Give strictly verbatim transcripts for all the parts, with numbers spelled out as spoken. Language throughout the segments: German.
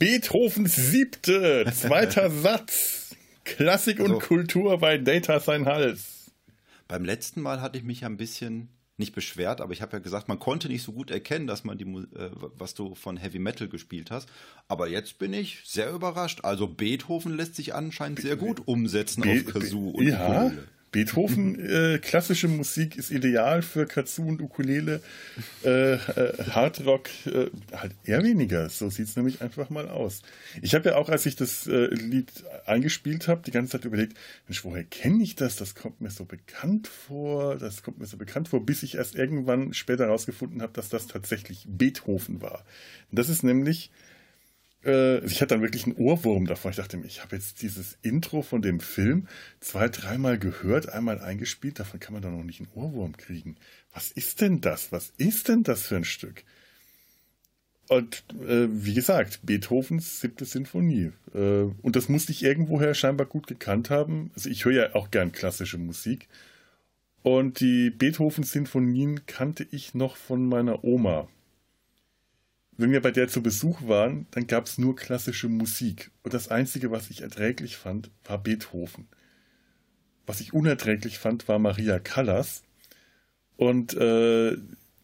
Beethovens Siebte, zweiter Satz. Klassik und Also, Kultur bei Data sein Hals. beim letzten Mal hatte ich mich ja ein bisschen, nicht beschwert, aber ich habe ja gesagt, man konnte nicht so gut erkennen, dass man die, Mu- äh, was du von Heavy Metal gespielt hast. Aber jetzt bin ich sehr überrascht. Also Beethoven lässt sich anscheinend sehr gut umsetzen Be auf Kazoo und ja, Ukulele. Beethoven, äh, klassische Musik ist ideal für Kazoo und Ukulele. Äh, äh, Hardrock äh, halt eher weniger. So sieht es nämlich einfach mal aus. Ich habe ja auch, als ich das äh, Lied eingespielt habe, die ganze Zeit überlegt, Mensch, woher kenne ich das? Das kommt mir so bekannt vor. Das kommt mir so bekannt vor, bis ich erst irgendwann später herausgefunden habe, dass das tatsächlich Beethoven war. Und das ist nämlich ich hatte dann wirklich einen Ohrwurm davon. Ich dachte mir, ich habe jetzt dieses Intro von dem Film zwei, dreimal gehört, einmal eingespielt. Davon kann man doch noch nicht einen Ohrwurm kriegen. Was ist denn das? Was ist denn das für ein Stück? Und äh, wie gesagt, Beethovens Siebte Sinfonie. Äh, und das musste ich irgendwoher scheinbar gut gekannt haben. Also ich höre ja auch gern klassische Musik. Und die Beethoven-Sinfonien kannte ich noch von meiner Oma. Wenn wir bei der zu Besuch waren, dann gab es nur klassische Musik. Und das Einzige, was ich erträglich fand, war Beethoven. Was ich unerträglich fand, war Maria Callas. Und äh,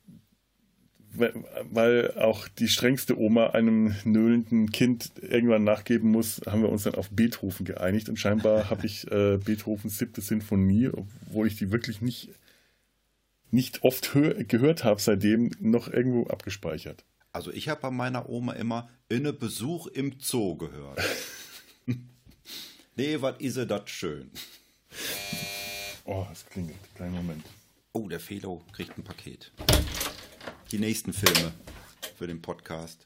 weil auch die strengste Oma einem nöhlenden Kind irgendwann nachgeben muss, haben wir uns dann auf Beethoven geeinigt. Und scheinbar habe ich äh, Beethovens Siebte Sinfonie, obwohl ich die wirklich nicht, nicht oft hör- gehört habe, seitdem noch irgendwo abgespeichert. Also ich habe bei meiner Oma immer in einen Besuch im Zoo gehört. Nee, was is das schön. Oh, es klingelt. Kleinen Moment. Oh, der Felo kriegt ein Paket. Die nächsten Filme für den Podcast.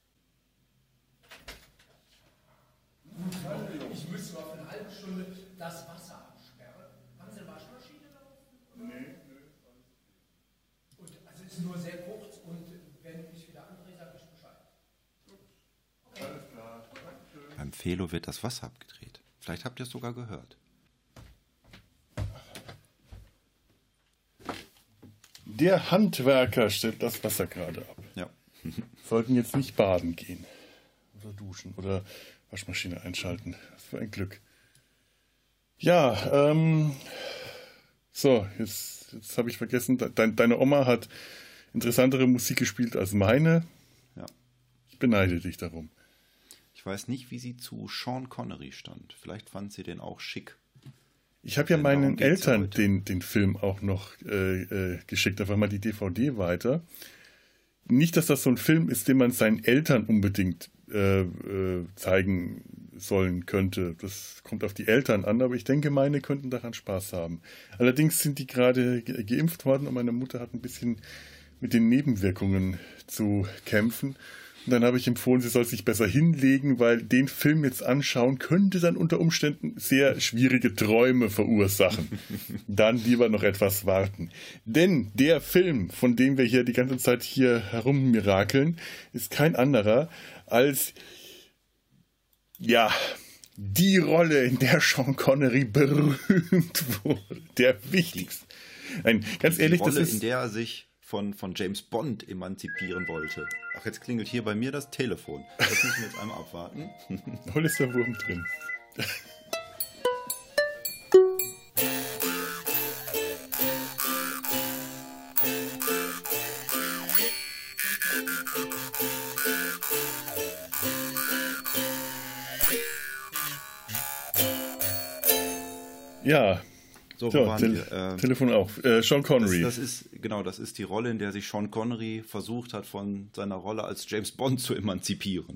Ich müsste mal für eine halbe Stunde das Wasser absperren. Haben Sie eine Waschmaschine laufen? Nee, nee. Und also es ist nur sehr kurz und wenn ich wieder andrehe, sage ich Bescheid. Okay. Alles klar. Beim Felo wird das Wasser abgedreht. Vielleicht habt ihr es sogar gehört. Der Handwerker stellt das Wasser gerade ab. Ja. Sollten jetzt nicht baden gehen. Oder duschen oder Waschmaschine einschalten. Was für ein Glück. Ja, ähm. So, jetzt, jetzt habe ich vergessen. Dein, deine Oma hat interessantere Musik gespielt als meine. Ja. Ich beneide dich darum. Ich weiß nicht, wie sie zu Sean Connery stand. Vielleicht fand sie den auch schick. Ich habe ja Denn darum meinen geht's ja Eltern heute. den, den Film auch noch äh, äh, geschickt, einfach mal die D V D weiter. Nicht, dass das so ein Film ist, den man seinen Eltern unbedingt äh, äh, zeigen sollen könnte. Das kommt auf die Eltern an, aber ich denke, meine könnten daran Spaß haben. Allerdings sind die gerade ge- geimpft worden und meine Mutter hat ein bisschen mit den Nebenwirkungen zu kämpfen. Und dann habe ich empfohlen, sie soll sich besser hinlegen, weil den Film jetzt anschauen könnte dann unter Umständen sehr schwierige Träume verursachen. Dann lieber noch etwas warten. Denn der Film, von dem wir hier die ganze Zeit hier herummirakeln, ist kein anderer als, ja, die Rolle, in der Sean Connery berühmt wurde. Der wichtigste. Nein, ganz ehrlich, Die Rolle, das ist... in der er sich von, von James Bond emanzipieren wollte. Ach, jetzt klingelt hier bei mir das Telefon. Das müssen wir jetzt einmal abwarten. Hol ist der Wurm drin. Ja, So, wo so, waren Tel wir? Äh, Telefon auf. Äh, Sean das, Connery. das ist, genau, das ist die Rolle, in der sich Sean Connery versucht hat, von seiner Rolle als James Bond zu emanzipieren.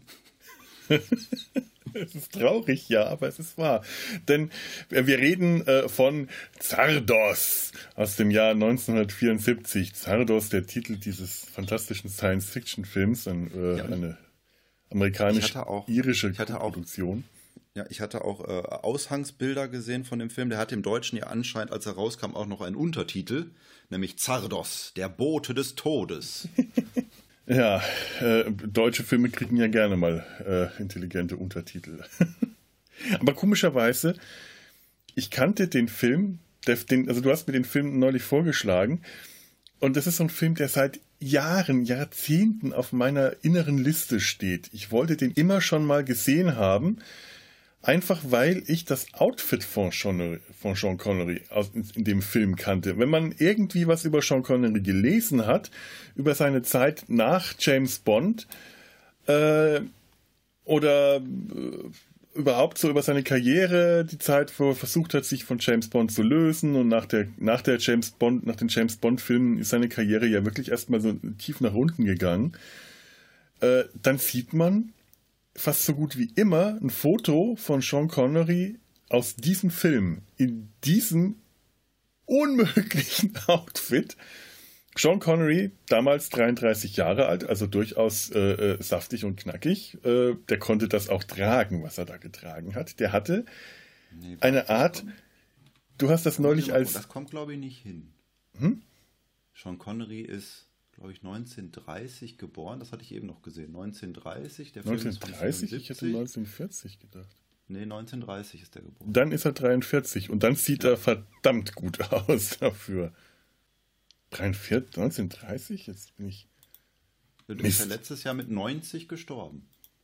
Es ist traurig, ja, aber es ist wahr. Denn äh, wir reden äh, von Zardos aus dem Jahr neunzehnhundertvierundsiebzig. Zardos, der Titel dieses fantastischen Science-Fiction-Films, ein, äh, Ja. eine Ich hatte auch- amerikanisch-irische ich hatte auch- Produktion. Ja, ich hatte auch äh, Aushangsbilder gesehen von dem Film. Der hat im Deutschen ja anscheinend, als er rauskam, auch noch einen Untertitel, nämlich Zardos, der Bote des Todes. Ja, äh, deutsche Filme kriegen ja gerne mal äh, intelligente Untertitel. Aber komischerweise, ich kannte den Film, der, den, also du hast mir den Film neulich vorgeschlagen, und das ist so ein Film, der seit Jahren, Jahrzehnten auf meiner inneren Liste steht. Ich wollte den immer schon mal gesehen haben, einfach weil ich das Outfit von Sean, von Sean Connery aus, in, in dem Film kannte. Wenn man irgendwie was über Sean Connery gelesen hat, über seine Zeit nach James Bond äh, oder äh, überhaupt so über seine Karriere, die Zeit, wo er versucht hat, sich von James Bond zu lösen, und nach der, nach der James Bond, nach den James Bond-Filmen ist seine Karriere ja wirklich erstmal so tief nach unten gegangen. Äh, dann sieht man fast so gut wie immer ein Foto von Sean Connery aus diesem Film, in diesem unmöglichen Outfit. Sean Connery, damals dreiunddreißig Jahre alt, also durchaus äh, äh, saftig und knackig. Äh, der konnte das auch tragen, was er da getragen hat. Der hatte nee, eine Art, kommt, du hast das neulich als... Das kommt, glaube ich, nicht hin. Hm? Sean Connery ist, glaube ich, neunzehnhundertdreißig geboren. Das hatte ich eben noch gesehen. neunzehnhundertdreißig. Der Film neunzehnhundertdreißig? Ich hätte neunzehnhundertvierzig gedacht. Nee, neunzehnhundertdreißig ist der geboren. Dann ist er dreiundvierzig und dann sieht ja. er verdammt gut aus dafür. dreiundvierzig, neunzehnhundertdreißig? Jetzt bin ich... Du bist ja letztes Jahr mit neunzig gestorben.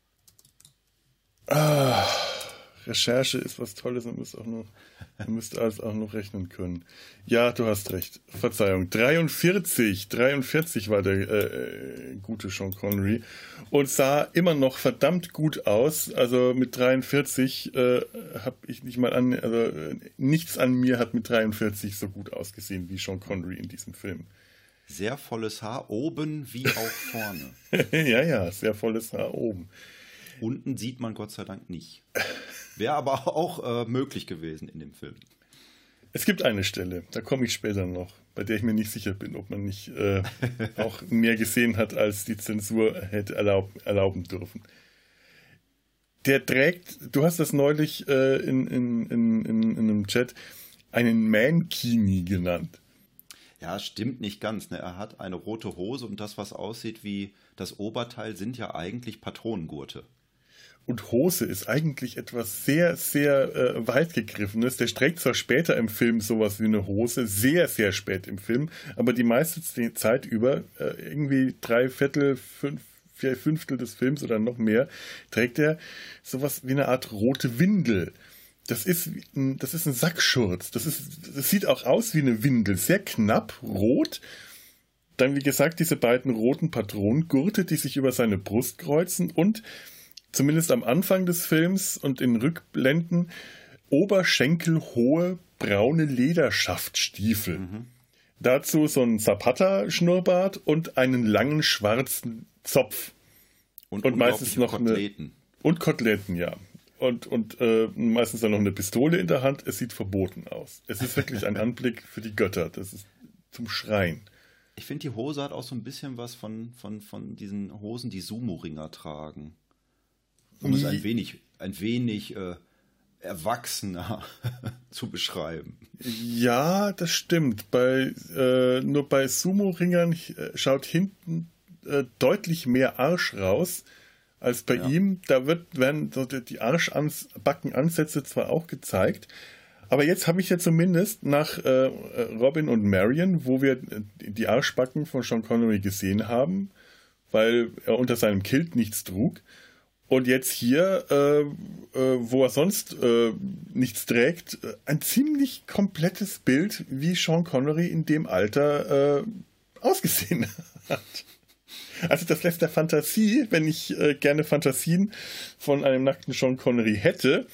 Ah, Recherche ist was Tolles, man müsste auch noch, man müsste alles auch noch rechnen können. Ja, du hast recht. Verzeihung. dreiundvierzig, dreiundvierzig war der äh, gute Sean Connery und sah immer noch verdammt gut aus. Also mit dreiundvierzig äh, habe ich nicht mal an, also äh, nichts an mir hat mit dreiundvierzig so gut ausgesehen wie Sean Connery in diesem Film. Sehr volles Haar oben wie auch vorne. ja, ja, sehr volles Haar oben. Unten sieht man Gott sei Dank nicht. Wäre aber auch äh, möglich gewesen in dem Film. Es gibt eine Stelle, da komme ich später noch, bei der ich mir nicht sicher bin, ob man nicht äh, auch mehr gesehen hat, als die Zensur hätte erlaub, erlauben dürfen. Der trägt, du hast das neulich äh, in, in, in, in, in einem Chat, einen Mankini genannt. Ja, stimmt nicht ganz. Ne? Er hat eine rote Hose und das, was aussieht wie das Oberteil, sind ja eigentlich Patronengurte. Und Hose ist eigentlich etwas sehr, sehr äh, weit gegriffenes. Der trägt zwar später im Film sowas wie eine Hose, sehr, sehr spät im Film, aber die meiste Zeit über, äh, irgendwie drei Viertel, fünf, vier Fünftel des Films oder noch mehr, trägt er sowas wie eine Art rote Windel. Das ist ein, das ist ein Sackschurz. Das ist, das sieht auch aus wie eine Windel. Sehr knapp, rot. Dann, wie gesagt, diese beiden roten Patronengurte, die sich über seine Brust kreuzen und zumindest am Anfang des Films und in Rückblenden oberschenkelhohe braune Lederschaftstiefel. Mhm. Dazu so ein Zapata-Schnurrbart und einen langen schwarzen Zopf. Und, und meistens noch Koteletten. Eine, und Koteletten, ja. Und, und äh, meistens dann noch eine Pistole in der Hand. Es sieht verboten aus. Es ist wirklich ein Anblick für die Götter. Das ist zum Schreien. Ich finde, die Hose hat auch so ein bisschen was von, von, von diesen Hosen, die Sumo-Ringer tragen. Um es ein wenig, ein wenig äh, erwachsener zu beschreiben. Ja, das stimmt. Bei, äh, nur bei Sumo-Ringern äh, schaut hinten äh, deutlich mehr Arsch raus als bei ja. ihm. Da wird, werden so die Arschbackenansätze zwar auch gezeigt, aber jetzt habe ich ja zumindest nach äh, Robin und Marion, wo wir die Arschbacken von Sean Connery gesehen haben, weil er unter seinem Kilt nichts trug, und jetzt hier, äh, äh, wo er sonst äh, nichts trägt, ein ziemlich komplettes Bild, wie Sean Connery in dem Alter äh, ausgesehen hat. Also das lässt der Fantasie, wenn ich äh, gerne Fantasien von einem nackten Sean Connery hätte,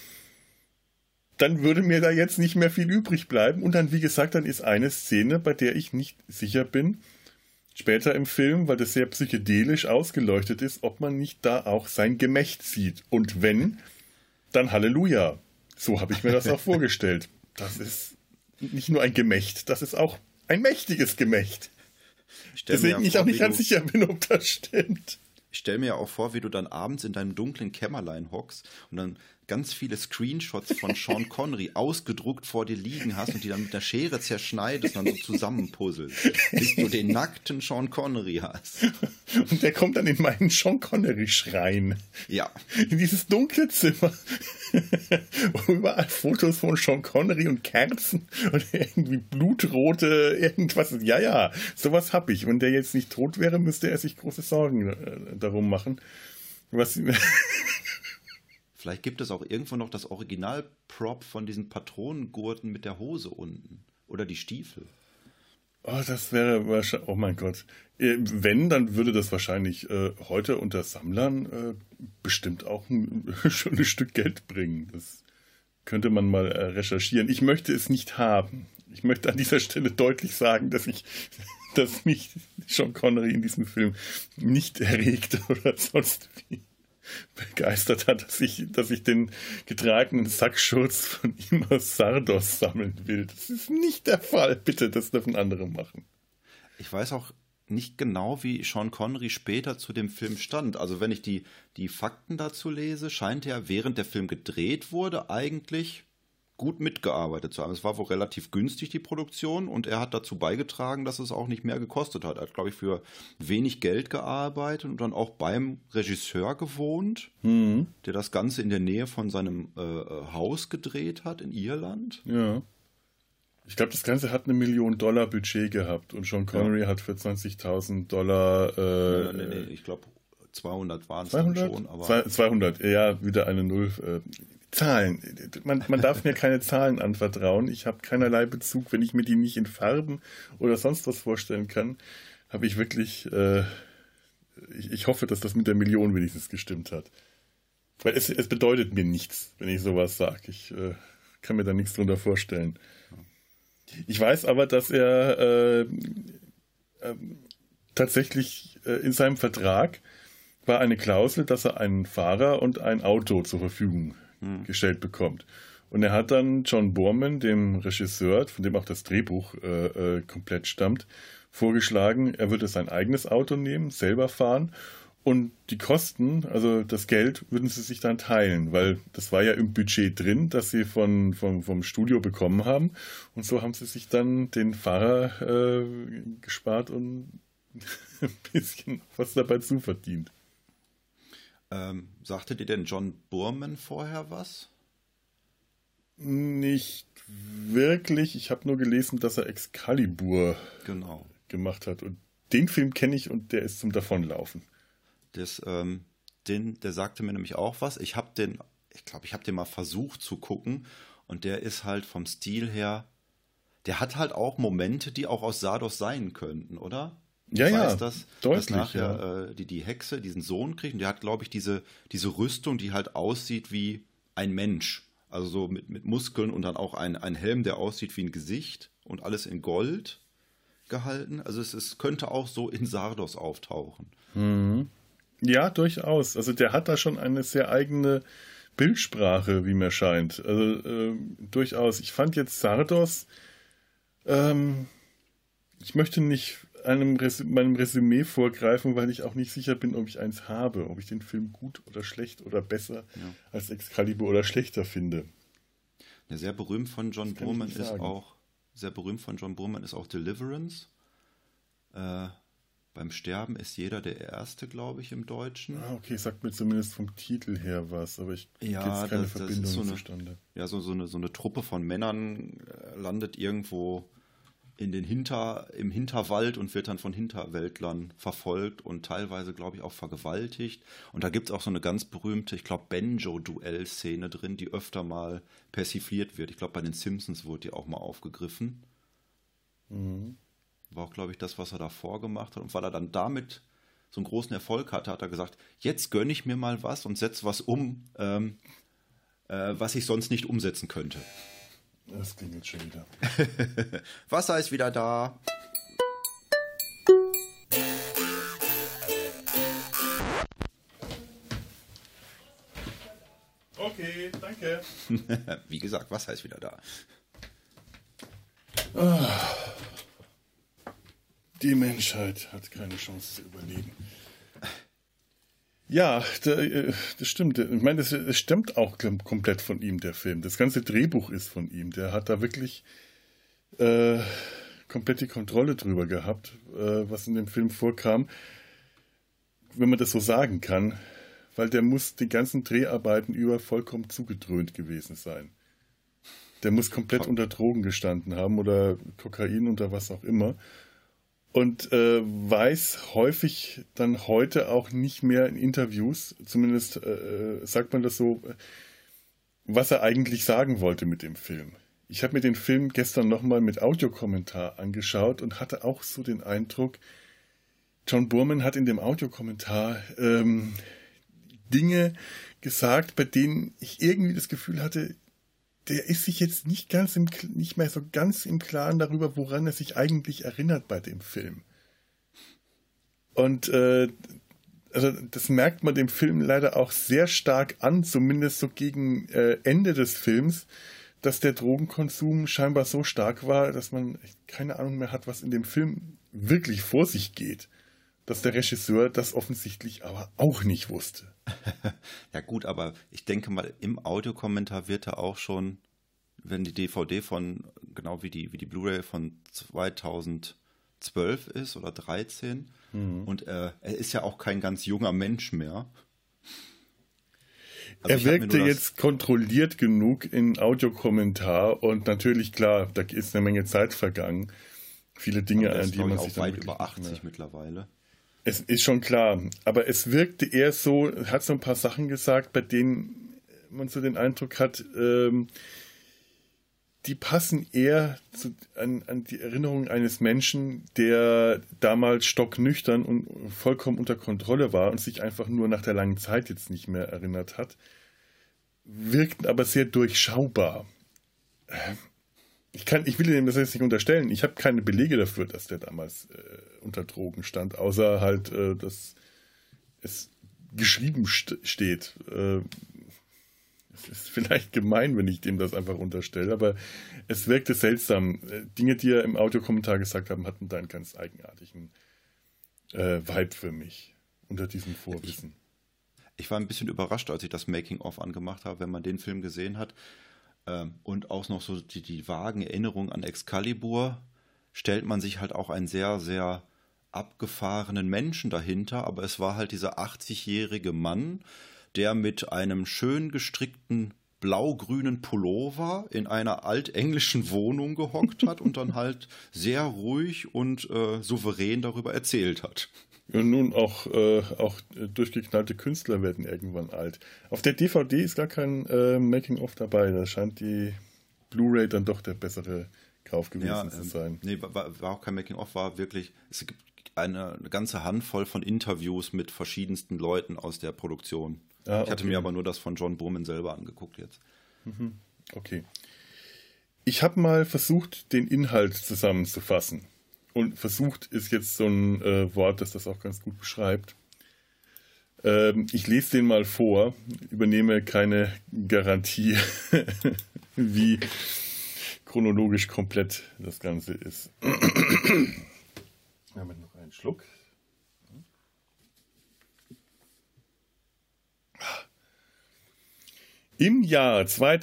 dann würde mir da jetzt nicht mehr viel übrig bleiben. Und dann, wie gesagt, dann ist eine Szene, bei der ich nicht sicher bin, später im Film, weil das sehr psychedelisch ausgeleuchtet ist, ob man nicht da auch sein Gemächt sieht. Und wenn, dann Halleluja. So habe ich mir das auch vorgestellt. Das ist nicht nur ein Gemächt, das ist auch ein mächtiges Gemächt. Deswegen ich auch nicht ganz sicher bin, ob das stimmt. Ich stelle mir ja auch vor, wie du dann abends in deinem dunklen Kämmerlein hockst und dann ganz viele Screenshots von Sean Connery ausgedruckt vor dir liegen hast und die dann mit der Schere zerschneidest und dann so zusammenpuzzelst, bis du den nackten Sean Connery hast. Und der kommt dann in meinen Sean Connery-Schrein. Ja. In dieses dunkle Zimmer. Wo überall Fotos von Sean Connery und Kerzen und irgendwie blutrote irgendwas. Ja, ja, sowas hab ich. Wenn der jetzt nicht tot wäre, müsste er sich große Sorgen äh, darum machen. Was... Vielleicht gibt es auch irgendwo noch das Original-Prop von diesen Patronengurten mit der Hose unten. Oder die Stiefel. Oh, das wäre wahrscheinlich... Oh mein Gott. Wenn, dann würde das wahrscheinlich äh, heute unter Sammlern äh, bestimmt auch ein schönes Stück Geld bringen. Das könnte man mal äh, recherchieren. Ich möchte es nicht haben. Ich möchte an dieser Stelle deutlich sagen, dass ich... dass mich Sean Connery in diesem Film nicht erregt oder sonst wie begeistert hat, dass ich, dass ich den getragenen Sackschurz von ihm aus Sardos sammeln will. Das ist nicht der Fall. Bitte, das dürfen andere machen. Ich weiß auch nicht genau, wie Sean Connery später zu dem Film stand. Also wenn ich die, die Fakten dazu lese, scheint er, während der Film gedreht wurde, eigentlich gut mitgearbeitet zu haben. Es war wohl relativ günstig, die Produktion, und er hat dazu beigetragen, dass es auch nicht mehr gekostet hat. Er hat, glaube ich, für wenig Geld gearbeitet und dann auch beim Regisseur gewohnt, mhm. der das Ganze in der Nähe von seinem äh, Haus gedreht hat in Irland. Ja. Ich glaube, das Ganze hat eine Million Dollar Budget gehabt und Sean Connery ja. hat für zwanzigtausend Dollar... Äh, ja, nee, nee, ich glaube, zweihundert waren es dann schon. Aber zweihundert, ja, wieder eine Null... Äh, Zahlen. Man, man darf mir keine Zahlen anvertrauen. Ich habe keinerlei Bezug. Wenn ich mir die nicht in Farben oder sonst was vorstellen kann, habe ich wirklich... Äh, ich, ich hoffe, dass das mit der Million wenigstens gestimmt hat. Weil es, es bedeutet mir nichts, wenn ich sowas sage. Ich äh, kann mir da nichts drunter vorstellen. Ich weiß aber, dass er äh, äh, tatsächlich äh, in seinem Vertrag war eine Klausel, dass er einen Fahrer und ein Auto zur Verfügung hm. gestellt bekommt. Und er hat dann John Boorman, dem Regisseur, von dem auch das Drehbuch äh, äh, komplett stammt, vorgeschlagen, er würde sein eigenes Auto nehmen, selber fahren und die Kosten, also das Geld, würden sie sich dann teilen, weil das war ja im Budget drin, das sie von, vom, vom Studio bekommen haben, und so haben sie sich dann den Fahrer äh, gespart und ein bisschen was dabei zuverdient. Ähm, sagte dir denn John Boorman vorher was? Nicht wirklich. Ich habe nur gelesen, dass er Excalibur genau. gemacht hat. Und den Film kenne ich und der ist zum Davonlaufen. Das, ähm, den, der sagte mir nämlich auch was. Ich habe den, ich glaube, ich habe den mal versucht zu gucken und der ist halt vom Stil her, der hat halt auch Momente, die auch aus Sardos sein könnten, oder? Ja, ich ja, weiß, dass, deutlich, dass nachher ja. äh, die, die Hexe diesen Sohn kriegt und der hat, glaube ich, diese, diese Rüstung, die halt aussieht wie ein Mensch. Also so mit, mit Muskeln und dann auch ein, ein Helm, der aussieht wie ein Gesicht und alles in Gold gehalten. Also es, es könnte auch so in Sardos auftauchen. Mhm. Ja, durchaus. Also der hat da schon eine sehr eigene Bildsprache, wie mir scheint. Also äh, durchaus. Ich fand jetzt Sardos, ähm, ich möchte nicht einem Resü- meinem Resümee vorgreifen, weil ich auch nicht sicher bin, ob ich eins habe, ob ich den Film gut oder schlecht oder besser ja. als Excalibur oder schlechter finde. Ja, sehr berühmt von John Boorman ist auch sehr berühmt von John Boorman ist auch Deliverance. Äh, beim Sterben ist jeder der Erste, glaube ich, im Deutschen. Ah, okay, sagt mir zumindest vom Titel her was, aber ich ja, kriege jetzt keine das, Verbindung das ist so eine, zustande. Ja, so, so, eine, so eine Truppe von Männern äh, landet irgendwo in den Hinter, im Hinterwald und wird dann von Hinterwäldlern verfolgt und teilweise, glaube ich, auch vergewaltigt. Und da gibt es auch so eine ganz berühmte, ich glaube, Banjo-Duell-Szene drin, die öfter mal persifliert wird. Ich glaube, bei den Simpsons wurde die auch mal aufgegriffen. Mhm. War auch, glaube ich, das, was er davor gemacht hat. Und weil er dann damit so einen großen Erfolg hatte, hat er gesagt, jetzt gönne ich mir mal was und setze was um, ähm, äh, was ich sonst nicht umsetzen könnte. Das klingt jetzt schon wieder. Wasser ist wieder da. Okay, danke. Wie gesagt, Wasser ist wieder da. Die Menschheit hat keine Chance zu überleben. Ja, das stimmt. Ich meine, das, das stimmt auch komplett von ihm, der Film. Das ganze Drehbuch ist von ihm. Der hat da wirklich äh, komplett die Kontrolle drüber gehabt, äh, was in dem Film vorkam. Wenn man das so sagen kann, weil der muss die ganzen Dreharbeiten über vollkommen zugedröhnt gewesen sein. Der muss komplett unter Drogen gestanden haben oder Kokain oder was auch immer. Und äh, weiß häufig dann heute auch nicht mehr in Interviews, zumindest äh, sagt man das so, was er eigentlich sagen wollte mit dem Film. Ich habe mir den Film gestern nochmal mit Audiokommentar angeschaut und hatte auch so den Eindruck, John Boorman hat in dem Audiokommentar ähm, Dinge gesagt, bei denen ich irgendwie das Gefühl hatte, der ist sich jetzt nicht ganz im, nicht mehr so ganz im Klaren darüber, woran er sich eigentlich erinnert bei dem Film. Und äh, also das merkt man dem Film leider auch sehr stark an, zumindest so gegen äh, Ende des Films, dass der Drogenkonsum scheinbar so stark war, dass man keine Ahnung mehr hat, was in dem Film wirklich vor sich geht. Dass der Regisseur das offensichtlich aber auch nicht wusste. Ja gut, aber ich denke mal, im Audiokommentar wird er auch schon, wenn die D V D von, genau wie die, wie die Blu-ray von zweitausendzwölf ist oder dreizehn, mhm. und äh, er ist ja auch kein ganz junger Mensch mehr. Also er wirkte jetzt kontrolliert genug in Audiokommentar und natürlich, klar, da ist eine Menge Zeit vergangen. Viele Dinge, an die man sich dann weit über achtzig mittlerweile. Es ist schon klar, aber es wirkte eher so, hat so ein paar Sachen gesagt, bei denen man so den Eindruck hat, ähm, die passen eher zu, an, an die Erinnerung eines Menschen, der damals stocknüchtern und vollkommen unter Kontrolle war und sich einfach nur nach der langen Zeit jetzt nicht mehr erinnert hat, wirkten aber sehr durchschaubar. Ich, kann, ich will dem das jetzt nicht unterstellen. Ich habe keine Belege dafür, dass der damals äh, unter Drogen stand, außer halt, äh, dass es geschrieben st- steht. Äh, es ist vielleicht gemein, wenn ich dem das einfach unterstelle, aber es wirkte seltsam. Äh, Dinge, die er im Audiokommentar gesagt haben, hatten da einen ganz eigenartigen äh, Vibe für mich unter diesem Vorwissen. Ich, ich war ein bisschen überrascht, als ich das Making-of angemacht habe, wenn man den Film gesehen hat. Und auch noch so die, die vagen Erinnerungen an Excalibur, stellt man sich halt auch einen sehr, sehr abgefahrenen Menschen dahinter, aber es war halt dieser achtzigjährige Mann, der mit einem schön gestrickten blau-grünen Pullover in einer altenglischen Wohnung gehockt hat und dann halt sehr ruhig und äh, souverän darüber erzählt hat. Und nun auch, äh, auch durchgeknallte Künstler werden irgendwann alt. Auf der D V D ist gar kein äh, Making-of dabei. Da scheint die Blu-ray dann doch der bessere Kauf gewesen ja, zu sein. Ähm, nee, war, war auch kein Making-of, war wirklich, es gibt eine, eine ganze Handvoll von Interviews mit verschiedensten Leuten aus der Produktion. Ah, ich hatte okay. mir aber nur das von John Boorman selber angeguckt jetzt. Mhm. Okay. Ich habe mal versucht, den Inhalt zusammenzufassen. Und versucht ist jetzt so ein äh, Wort, das das auch ganz gut beschreibt. Ähm, ich lese den mal vor, übernehme keine Garantie, wie chronologisch komplett das Ganze ist. Damit noch einen Schluck. Im Jahr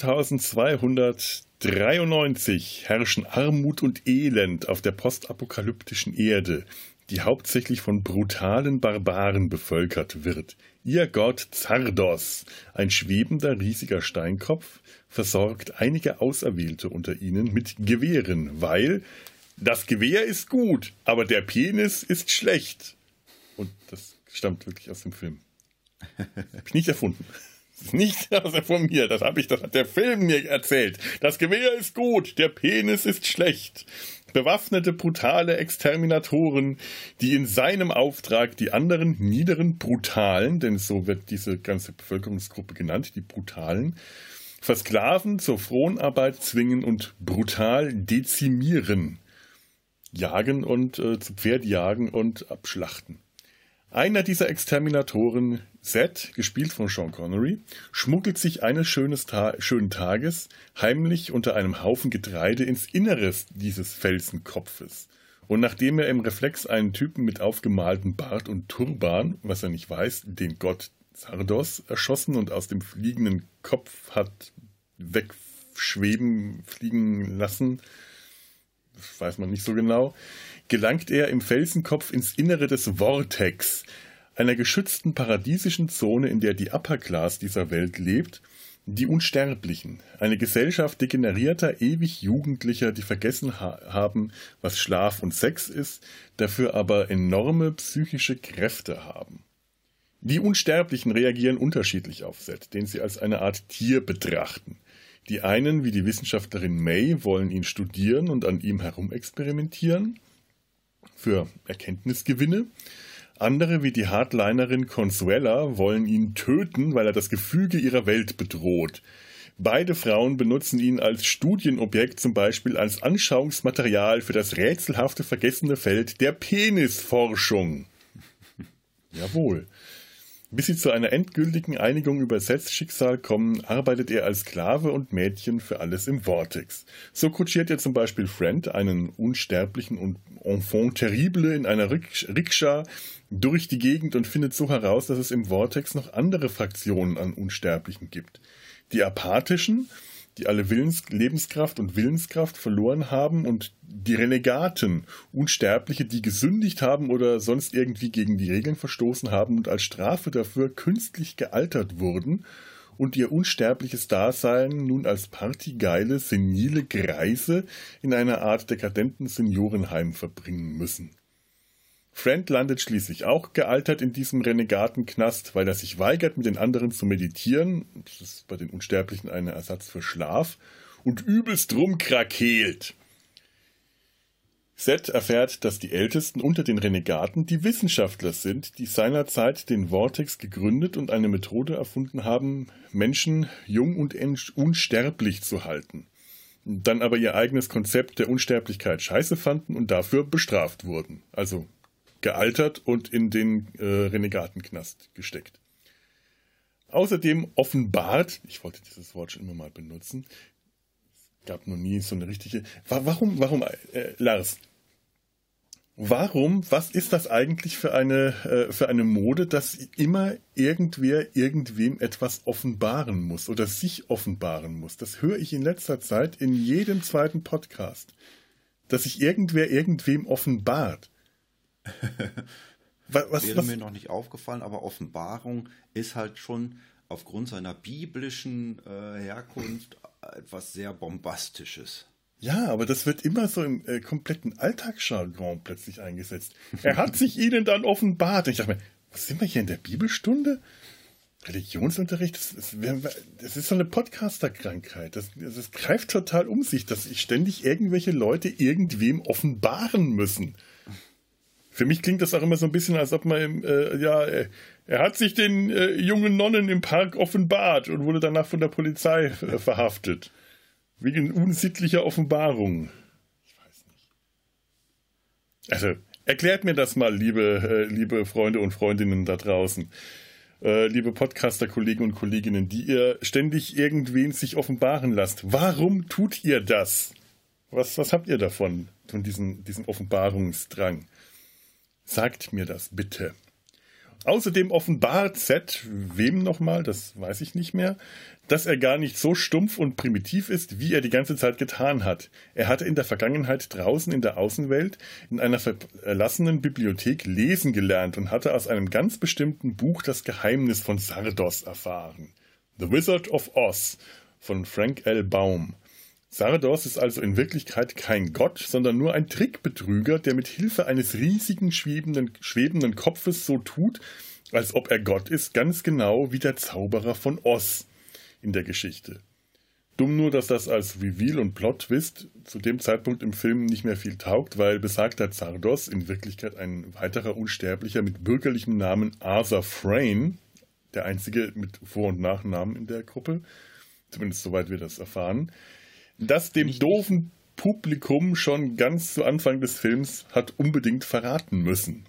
zweitausendzweihundertdreiundneunzig herrschen Armut und Elend auf der postapokalyptischen Erde, die hauptsächlich von brutalen Barbaren bevölkert wird. Ihr Gott Zardos, ein schwebender, riesiger Steinkopf, versorgt einige Auserwählte unter ihnen mit Gewehren, weil das Gewehr ist gut, aber der Penis ist schlecht. Und das stammt wirklich aus dem Film. Hab ich nicht erfunden. Das ist nicht von mir, das habe ich, das hat der Film mir erzählt. Das Gewehr ist gut, der Penis ist schlecht. Bewaffnete, brutale Exterminatoren, die in seinem Auftrag die anderen niederen Brutalen, denn so wird diese ganze Bevölkerungsgruppe genannt, die Brutalen, versklaven, zur Fronarbeit zwingen und brutal dezimieren. Jagen und äh, zu Pferd jagen und abschlachten. Einer dieser Exterminatoren, Zed, gespielt von Sean Connery, schmuggelt sich eines schönes Ta- schönen Tages heimlich unter einem Haufen Getreide ins Inneres dieses Felsenkopfes. Und nachdem er im Reflex einen Typen mit aufgemaltem Bart und Turban, was er nicht weiß, den Gott Zardos erschossen und aus dem fliegenden Kopf hat wegschweben, fliegen lassen, das weiß man nicht so genau, gelangt er im Felsenkopf ins Innere des Vortex, einer geschützten paradiesischen Zone, in der die Upper Class dieser Welt lebt, die Unsterblichen, eine Gesellschaft degenerierter, ewig Jugendlicher, die vergessen ha- haben, was Schlaf und Sex ist, dafür aber enorme psychische Kräfte haben. Die Unsterblichen reagieren unterschiedlich auf Set, den sie als eine Art Tier betrachten. Die einen, wie die Wissenschaftlerin May, wollen ihn studieren und an ihm herumexperimentieren für Erkenntnisgewinne. Andere, wie die Hardlinerin Consuela, wollen ihn töten, weil er das Gefüge ihrer Welt bedroht. Beide Frauen benutzen ihn als Studienobjekt, zum Beispiel als Anschauungsmaterial für das rätselhafte vergessene Feld der Penisforschung. Jawohl. Bis sie zu einer endgültigen Einigung über Seths Schicksal kommen, arbeitet er als Sklave und Mädchen für alles im Vortex. So kutschiert er zum Beispiel Friend, einen Unsterblichen und Enfant terrible, in einer Rikscha durch die Gegend und findet so heraus, dass es im Vortex noch andere Fraktionen an Unsterblichen gibt. Die Apathischen, die alle Willens, Lebenskraft und Willenskraft verloren haben, und die Renegaten, Unsterbliche, die gesündigt haben oder sonst irgendwie gegen die Regeln verstoßen haben und als Strafe dafür künstlich gealtert wurden und ihr unsterbliches Dasein nun als partygeile, senile Greise in einer Art dekadenten Seniorenheim verbringen müssen. Friend landet schließlich auch gealtert in diesem Renegatenknast, weil er sich weigert, mit den anderen zu meditieren, das ist bei den Unsterblichen ein Ersatz für Schlaf, und übelst rumkrakeelt. Seth erfährt, dass die Ältesten unter den Renegaten die Wissenschaftler sind, die seinerzeit den Vortex gegründet und eine Methode erfunden haben, Menschen jung und unsterblich zu halten. Dann aber ihr eigenes Konzept der Unsterblichkeit scheiße fanden und dafür bestraft wurden. Also gealtert und in den äh, Renegatenknast gesteckt. Außerdem offenbart, ich wollte dieses Wort schon immer mal benutzen, es gab noch nie so eine richtige, warum, warum, äh, Lars, warum, was ist das eigentlich für eine, äh, für eine Mode, dass immer irgendwer irgendwem etwas offenbaren muss oder sich offenbaren muss? Das höre ich in letzter Zeit in jedem zweiten Podcast, dass sich irgendwer irgendwem offenbart. was, was, Wäre was? mir noch nicht aufgefallen, aber Offenbarung ist halt schon aufgrund seiner biblischen äh, Herkunft etwas sehr Bombastisches. Ja, aber das wird immer so im äh, kompletten Alltagsjargon plötzlich eingesetzt. Er hat sich ihnen dann offenbart. Und ich dachte mir, was sind wir hier in der Bibelstunde? Religionsunterricht, das ist, das ist so eine Podcaster-Krankheit. Das, das greift total um sich, dass sich ständig irgendwelche Leute irgendwem offenbaren müssen. Für mich klingt das auch immer so ein bisschen, als ob man, im, äh, ja, äh, er hat sich den äh, jungen Nonnen im Park offenbart und wurde danach von der Polizei äh, verhaftet. Wegen unsittlicher Offenbarung. Ich weiß nicht. Also, erklärt mir das mal, liebe, äh, liebe Freunde und Freundinnen da draußen. Äh, liebe Podcaster-Kollegen und Kolleginnen, die ihr ständig irgendwen sich offenbaren lasst. Warum tut ihr das? Was, was habt ihr davon, von diesem, diesem Offenbarungsdrang? Sagt mir das bitte. Außerdem offenbart Seth, wem nochmal, das weiß ich nicht mehr, dass er gar nicht so stumpf und primitiv ist, wie er die ganze Zeit getan hat. Er hatte in der Vergangenheit draußen in der Außenwelt in einer verlassenen Bibliothek lesen gelernt und hatte aus einem ganz bestimmten Buch das Geheimnis von Zardos erfahren. The Wizard of Oz von Frank L. Baum. Zardos ist also in Wirklichkeit kein Gott, sondern nur ein Trickbetrüger, der mit Hilfe eines riesigen schwebenden, schwebenden Kopfes so tut, als ob er Gott ist, ganz genau wie der Zauberer von Oz in der Geschichte. Dumm nur, dass das als Reveal und Plot-Twist zu dem Zeitpunkt im Film nicht mehr viel taugt, weil besagter Zardos in Wirklichkeit ein weiterer Unsterblicher mit bürgerlichem Namen Arthur Frayne, der einzige mit Vor- und Nachnamen in der Gruppe, zumindest soweit wir das erfahren, das dem nicht doofen Publikum schon ganz zu Anfang des Films hat unbedingt verraten müssen.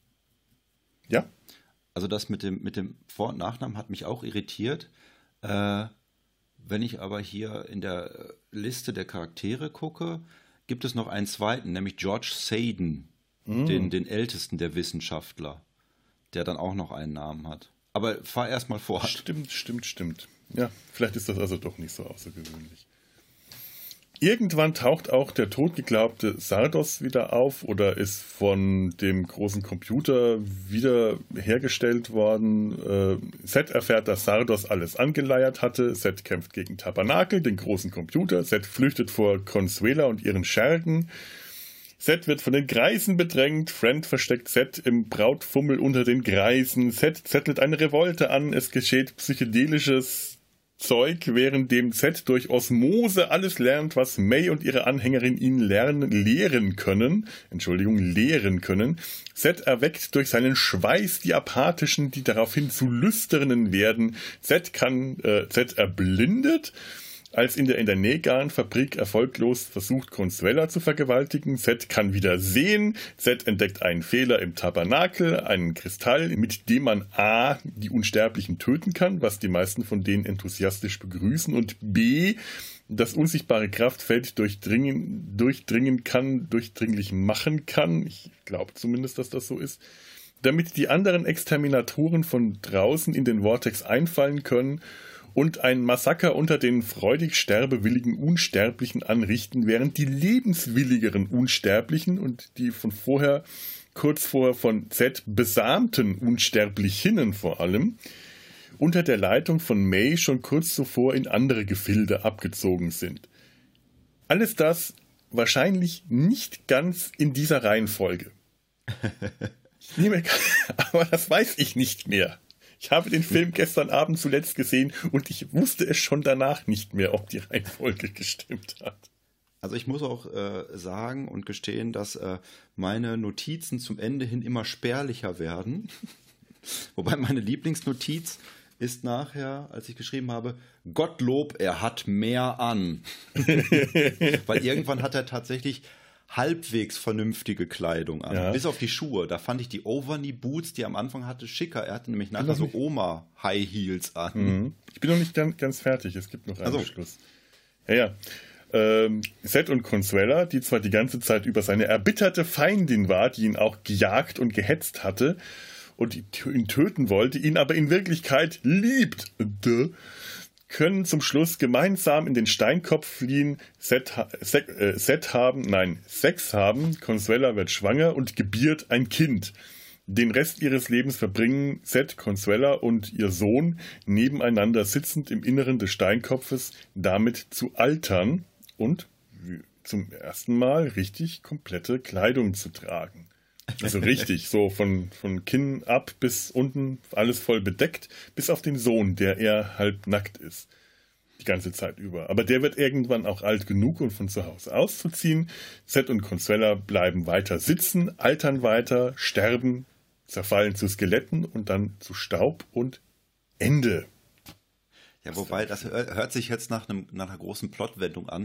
Ja? Also das mit dem, mit dem Vor- und Nachnamen hat mich auch irritiert. Äh, wenn ich aber hier in der Liste der Charaktere gucke, gibt es noch einen zweiten, nämlich George Saden, mm. den, den ältesten der Wissenschaftler, der dann auch noch einen Namen hat. Aber fahr erst mal fort. Stimmt, stimmt, stimmt. Ja, vielleicht ist das also doch nicht so außergewöhnlich. Irgendwann taucht auch der totgeglaubte Sardos wieder auf oder ist von dem großen Computer wieder hergestellt worden. Äh, Set erfährt, dass Sardos alles angeleiert hatte. Set kämpft gegen Tabernakel, den großen Computer. Set flüchtet vor Consuela und ihren Schergen. Set wird von den Greisen bedrängt. Friend versteckt Set im Brautfummel unter den Greisen. Set zettelt eine Revolte an. Es geschieht psychedelisches Zeug, währenddem Z durch Osmose alles lernt, was May und ihre Anhängerin ihn lernen, lehren können. Entschuldigung, lehren können. Z erweckt durch seinen Schweiß die Apathischen, die daraufhin zu Lüsternen werden. Z kann, äh, Z erblindet. Als in der, in der Nähgarnfabrik erfolglos versucht, Consuela zu vergewaltigen. Z kann wieder sehen. Z entdeckt einen Fehler im Tabernakel, einen Kristall, mit dem man A, die Unsterblichen töten kann, was die meisten von denen enthusiastisch begrüßen, und B, das unsichtbare Kraftfeld durchdringen, durchdringen kann, durchdringlich machen kann. Ich glaube zumindest, dass das so ist. Damit die anderen Exterminatoren von draußen in den Vortex einfallen können und ein Massaker unter den freudig sterbewilligen Unsterblichen anrichten, während die lebenswilligeren Unsterblichen und die von vorher, kurz vorher von Z besamten Unsterblichinnen vor allem, unter der Leitung von May schon kurz zuvor in andere Gefilde abgezogen sind. Alles das wahrscheinlich nicht ganz in dieser Reihenfolge. Ich nehme, aber das weiß ich nicht mehr. Ich habe den Film gestern Abend zuletzt gesehen und ich wusste es schon danach nicht mehr, ob die Reihenfolge gestimmt hat. Also ich muss auch äh, sagen und gestehen, dass äh, meine Notizen zum Ende hin immer spärlicher werden. Wobei meine Lieblingsnotiz ist nachher, als ich geschrieben habe, Gottlob, er hat mehr an. Weil irgendwann hat er tatsächlich halbwegs vernünftige Kleidung an. Ja. Bis auf die Schuhe. Da fand ich die Overknee-Boots, die er am Anfang hatte, schicker. Er hatte nämlich nachher so Oma-High-Heels an. Mhm. Ich bin noch nicht ganz, ganz fertig. Es gibt noch einen also. Schluss. Ja, ja. Ähm, Set und Consuela, die zwar die ganze Zeit über seine erbitterte Feindin war, die ihn auch gejagt und gehetzt hatte und ihn töten wollte, ihn aber in Wirklichkeit liebt, können zum Schluss gemeinsam in den Steinkopf fliehen, Set, Set, äh, Set haben, nein, Sex haben, Consuela wird schwanger und gebiert ein Kind. Den Rest ihres Lebens verbringen Set, Consuela und ihr Sohn nebeneinander sitzend im Inneren des Steinkopfes, damit zu altern und zum ersten Mal richtig komplette Kleidung zu tragen. Also richtig, so von, von Kinn ab bis unten, alles voll bedeckt, bis auf den Sohn, der eher halb nackt ist. Die ganze Zeit über. Aber der wird irgendwann auch alt genug, um von zu Hause auszuziehen. Set und Consuela bleiben weiter sitzen, altern weiter, sterben, zerfallen zu Skeletten und dann zu Staub und Ende. Ja, wobei, das hört sich jetzt nach, einem, nach einer großen Plotwendung an.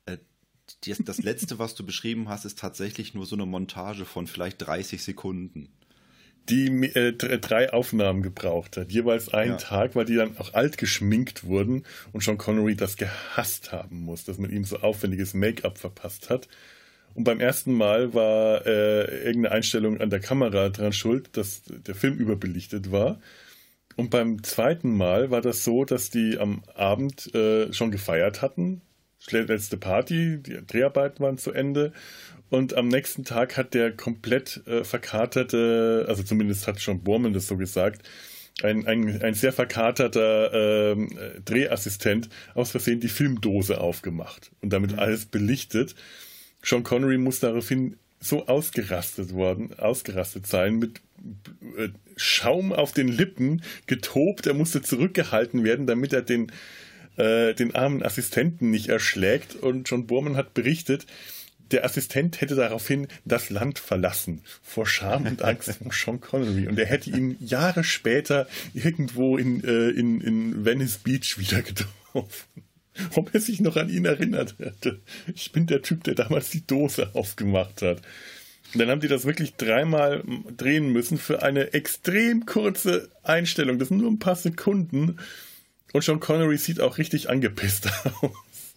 Das letzte, was du beschrieben hast, ist tatsächlich nur so eine Montage von vielleicht dreißig Sekunden. Die äh, drei Aufnahmen gebraucht hat, jeweils einen ja. Tag, weil die dann auch alt geschminkt wurden und Sean Connery das gehasst haben muss, dass man ihm so aufwendiges Make-up verpasst hat. Und beim ersten Mal war äh, irgendeine Einstellung an der Kamera dran schuld, dass der Film überbelichtet war. Und beim zweiten Mal war das so, dass die am Abend äh, schon gefeiert hatten, letzte Party, die Dreharbeiten waren zu Ende und am nächsten Tag hat der komplett äh, verkaterte, also zumindest hat John Boorman das so gesagt, ein, ein, ein sehr verkaterter äh, Drehassistent aus Versehen die Filmdose aufgemacht und damit mhm. alles belichtet. Sean Connery muss daraufhin so ausgerastet worden, ausgerastet sein, mit äh, Schaum auf den Lippen, getobt, er musste zurückgehalten werden, damit er den den armen Assistenten nicht erschlägt, und John Boorman hat berichtet, der Assistent hätte daraufhin das Land verlassen, vor Scham und Angst vor Sean Connery, und er hätte ihn Jahre später irgendwo in, äh, in, in Venice Beach wieder getroffen, ob er sich noch an ihn erinnert hätte. Ich bin der Typ, der damals die Dose aufgemacht hat. Und dann haben die das wirklich dreimal drehen müssen für eine extrem kurze Einstellung, das sind nur ein paar Sekunden. Und Sean Connery sieht auch richtig angepisst aus.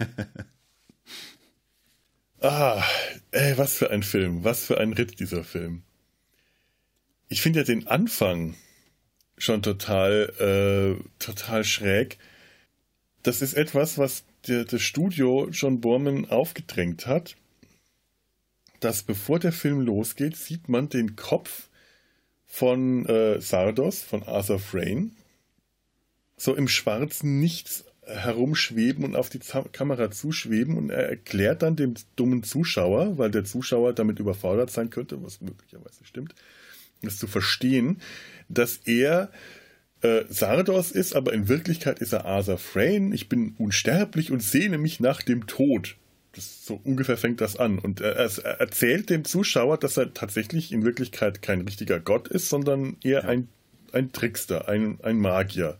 Ah, ey, was für ein Film, was für ein Ritt dieser Film. Ich finde ja den Anfang schon total, äh, total schräg. Das ist etwas, was der, das Studio John Boorman aufgedrängt hat, dass bevor der Film losgeht, sieht man den Kopf von äh, Sardos, von Arthur Frayne, so im schwarzen Nichts herumschweben und auf die Z- Kamera zuschweben, und er erklärt dann dem dummen Zuschauer, weil der Zuschauer damit überfordert sein könnte, was möglicherweise stimmt, das zu verstehen, dass er äh, Sardos ist, aber in Wirklichkeit ist er Arthur Frayne. Ich bin unsterblich und sehne mich nach dem Tod. Das, so ungefähr fängt das an. Und er, er erzählt dem Zuschauer, dass er tatsächlich in Wirklichkeit kein richtiger Gott ist, sondern eher ja. ein, ein Trickster, ein, ein Magier.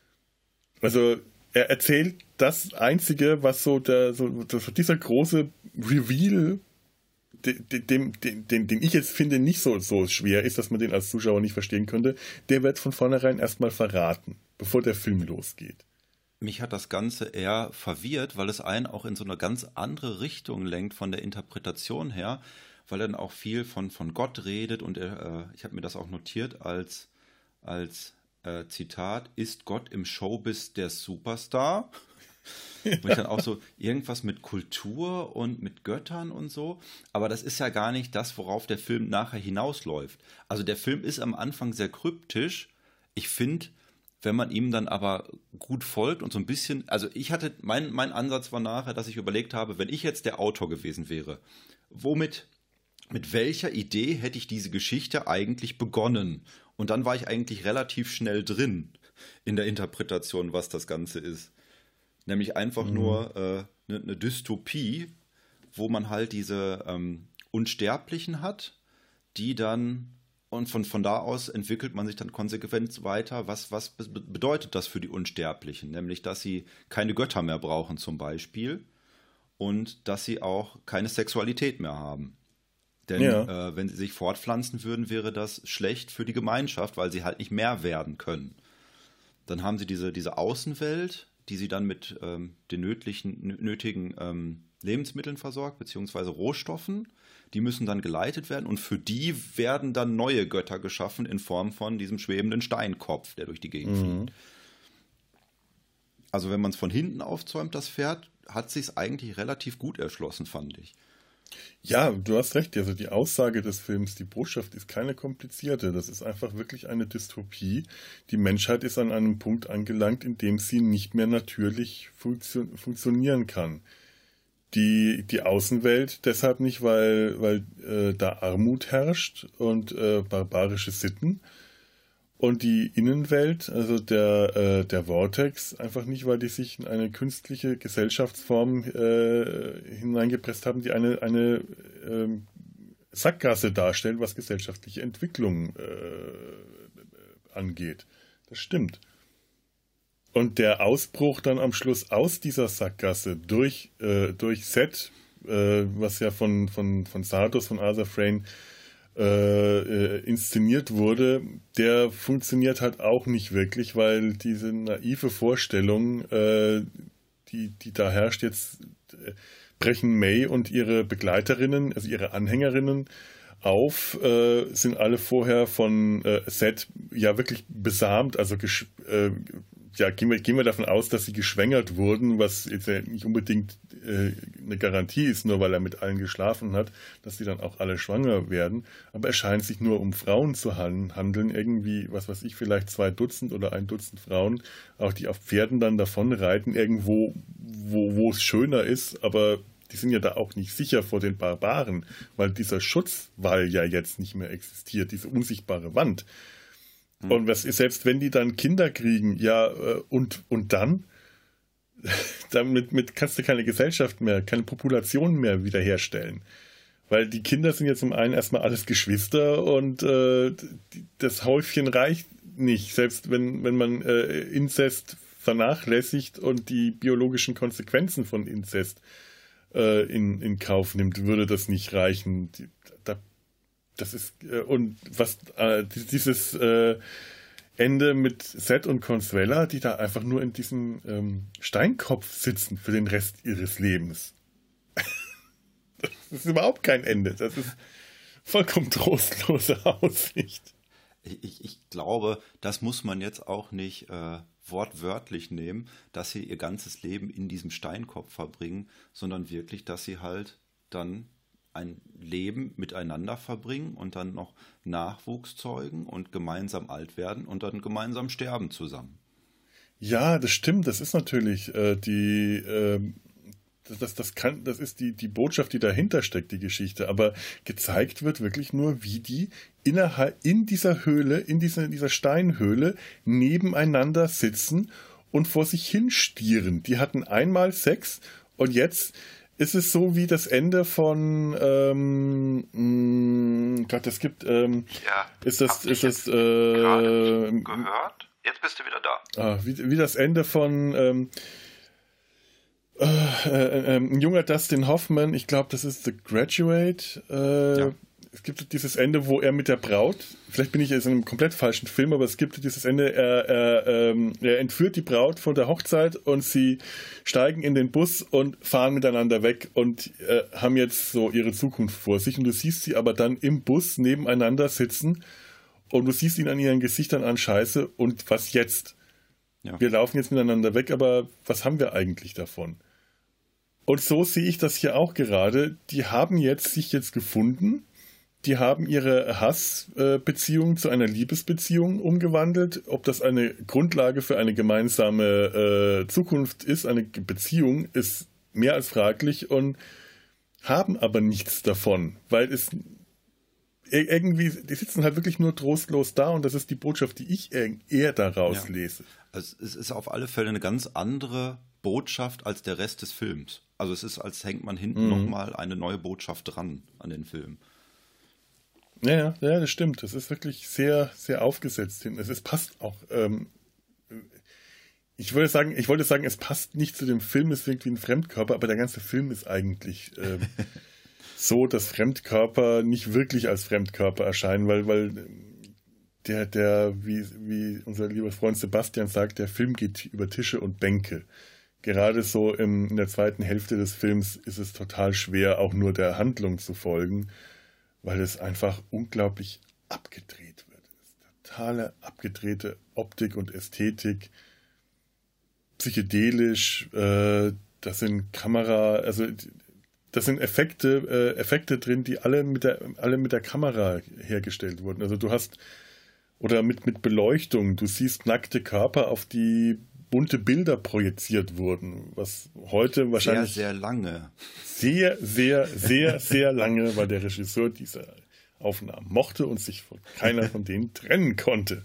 Also er erzählt das Einzige, was so der, so, dieser große Reveal, den, den, den, den ich jetzt finde nicht so, so schwer ist, dass man den als Zuschauer nicht verstehen könnte, der wird von vornherein erstmal verraten, bevor der Film losgeht. Mich hat das Ganze eher verwirrt, weil es einen auch in so eine ganz andere Richtung lenkt von der Interpretation her, weil er dann auch viel von, von Gott redet, und er, äh, ich habe mir das auch notiert als, als Äh, Zitat, ist Gott im Showbiz der Superstar? Ja. Wo ich dann auch so, irgendwas mit Kultur und mit Göttern und so, aber das ist ja gar nicht das, worauf der Film nachher hinausläuft. Also der Film ist am Anfang sehr kryptisch. Ich finde, wenn man ihm dann aber gut folgt und so ein bisschen, also ich hatte, mein, mein Ansatz war nachher, dass ich überlegt habe, wenn ich jetzt der Autor gewesen wäre, womit, mit welcher Idee hätte ich diese Geschichte eigentlich begonnen? Und dann war ich eigentlich relativ schnell drin in der Interpretation, was das Ganze ist. Nämlich einfach mhm. nur eine äh, ne, ne Dystopie, wo man halt diese ähm, Unsterblichen hat, die dann, und von, von da aus entwickelt man sich dann konsequent weiter, was, was be- bedeutet das für die Unsterblichen? Nämlich, dass sie keine Götter mehr brauchen zum Beispiel und dass sie auch keine Sexualität mehr haben. Denn ja. äh, wenn sie sich fortpflanzen würden, wäre das schlecht für die Gemeinschaft, weil sie halt nicht mehr werden können. Dann haben sie diese, diese Außenwelt, die sie dann mit ähm, den nötigen, nötigen ähm, Lebensmitteln versorgt, beziehungsweise Rohstoffen. Die müssen dann geleitet werden, und für die werden dann neue Götter geschaffen in Form von diesem schwebenden Steinkopf, der durch die Gegend mhm. fliegt. Also wenn man es von hinten aufzäumt, das Pferd, hat sich es eigentlich relativ gut erschlossen, fand ich. Ja, du hast recht. Also die Aussage des Films, die Botschaft ist keine komplizierte. Das ist einfach wirklich eine Dystopie. Die Menschheit ist an einem Punkt angelangt, in dem sie nicht mehr natürlich funktio- funktionieren kann. Die, die Außenwelt deshalb nicht, weil, weil äh, da Armut herrscht und äh, barbarische Sitten. Und die Innenwelt, also der, äh, der Vortex, einfach nicht, weil die sich in eine künstliche Gesellschaftsform äh, hineingepresst haben, die eine, eine äh, Sackgasse darstellt, was gesellschaftliche Entwicklung äh, angeht. Das stimmt. Und der Ausbruch dann am Schluss aus dieser Sackgasse durch, äh, durch Set, äh, was ja von, von, von Sardos, von Arthur Frayne, Äh, inszeniert wurde, der funktioniert halt auch nicht wirklich, weil diese naive Vorstellung, äh, die, die da herrscht, jetzt äh, brechen May und ihre Begleiterinnen, also ihre Anhängerinnen auf, äh, sind alle vorher von äh, Set ja wirklich besamt, also gesch- äh, ja, gehen wir, gehen wir davon aus, dass sie geschwängert wurden, was jetzt ja nicht unbedingt äh, eine Garantie ist, nur weil er mit allen geschlafen hat, dass sie dann auch alle schwanger werden. Aber es scheint sich nur um Frauen zu han- handeln, irgendwie, was weiß ich, vielleicht zwei Dutzend oder ein Dutzend Frauen, auch die auf Pferden dann davon reiten, irgendwo, wo, wo es schöner ist, aber die sind ja da auch nicht sicher vor den Barbaren, weil dieser Schutzwall ja jetzt nicht mehr existiert, diese unsichtbare Wand. Und was ist, selbst wenn die dann Kinder kriegen, ja, und, und dann? Damit mit kannst du keine Gesellschaft mehr, keine Population mehr wiederherstellen. Weil die Kinder sind ja zum einen erstmal alles Geschwister und äh, das Häufchen reicht nicht. Selbst wenn, wenn man äh, Inzest vernachlässigt und die biologischen Konsequenzen von Inzest äh, in, in Kauf nimmt, würde das nicht reichen. Die, da Das ist, äh, und was, äh, dieses äh, Ende mit Seth und Consuela, die da einfach nur in diesem ähm, Steinkopf sitzen für den Rest ihres Lebens. Das ist überhaupt kein Ende. Das ist vollkommen trostlose Aussicht. Ich, ich glaube, das muss man jetzt auch nicht äh, wortwörtlich nehmen, dass sie ihr ganzes Leben in diesem Steinkopf verbringen, sondern wirklich, dass sie halt dann ein Leben miteinander verbringen und dann noch Nachwuchs zeugen und gemeinsam alt werden und dann gemeinsam sterben zusammen. Ja, das stimmt. Das ist natürlich äh, die, äh, das, das, kann, das ist die, die Botschaft, die dahinter steckt, die Geschichte. Aber gezeigt wird wirklich nur, wie die innerhalb in dieser Höhle, in dieser, in dieser Steinhöhle nebeneinander sitzen und vor sich hin stieren. Die hatten einmal Sex und jetzt ist es so wie das Ende von ähm, mh, Gott, es gibt ähm, ja, ist das ist das äh, gehört? Jetzt bist du wieder da. Ah, wie, wie das Ende von ähm, äh, äh, äh, ein junger Dustin Hoffman, ich glaube, das ist The Graduate. Äh, ja. Es gibt dieses Ende, wo er mit der Braut, vielleicht bin ich jetzt in einem komplett falschen Film, aber es gibt dieses Ende, er, er, ähm, er entführt die Braut von der Hochzeit und sie steigen in den Bus und fahren miteinander weg und äh, haben jetzt so ihre Zukunft vor sich und du siehst sie aber dann im Bus nebeneinander sitzen und du siehst ihnen an ihren Gesichtern an, Scheiße, und was jetzt? Ja. Wir laufen jetzt miteinander weg, aber was haben wir eigentlich davon? Und so sehe ich das hier auch gerade. Die haben jetzt sich jetzt gefunden, die haben ihre Hassbeziehung zu einer Liebesbeziehung umgewandelt. Ob das eine Grundlage für eine gemeinsame äh, Zukunft ist, eine Beziehung, ist mehr als fraglich und haben aber nichts davon, weil es irgendwie, die sitzen halt wirklich nur trostlos da und das ist die Botschaft, die ich eher daraus ja. lese. Also es ist auf alle Fälle eine ganz andere Botschaft als der Rest des Films. Also es ist, als hängt man hinten mhm. nochmal eine neue Botschaft dran an den Film. Ja, ja, das stimmt. Das ist wirklich sehr, sehr aufgesetzt hin. Es, es passt auch. Ähm, ich würde sagen, ich wollte sagen, es passt nicht zu dem Film, es wirkt wie ein Fremdkörper, aber der ganze Film ist eigentlich ähm, so, dass Fremdkörper nicht wirklich als Fremdkörper erscheinen, weil, weil der, der, wie, wie unser lieber Freund Sebastian sagt, der Film geht über Tische und Bänke. Gerade so im, in der zweiten Hälfte des Films ist es total schwer, auch nur der Handlung zu folgen, weil es einfach unglaublich abgedreht wird. Es ist totale abgedrehte Optik und Ästhetik, psychedelisch, äh, das sind Kamera, also das sind Effekte, äh, Effekte drin, die alle mit der, alle mit der Kamera hergestellt wurden. Also du hast, oder mit, mit Beleuchtung, du siehst nackte Körper, auf die bunte Bilder projiziert wurden, was heute wahrscheinlich sehr, sehr lange. Sehr, sehr, sehr, sehr lange, weil der Regisseur diese Aufnahmen mochte und sich von keiner von denen trennen konnte.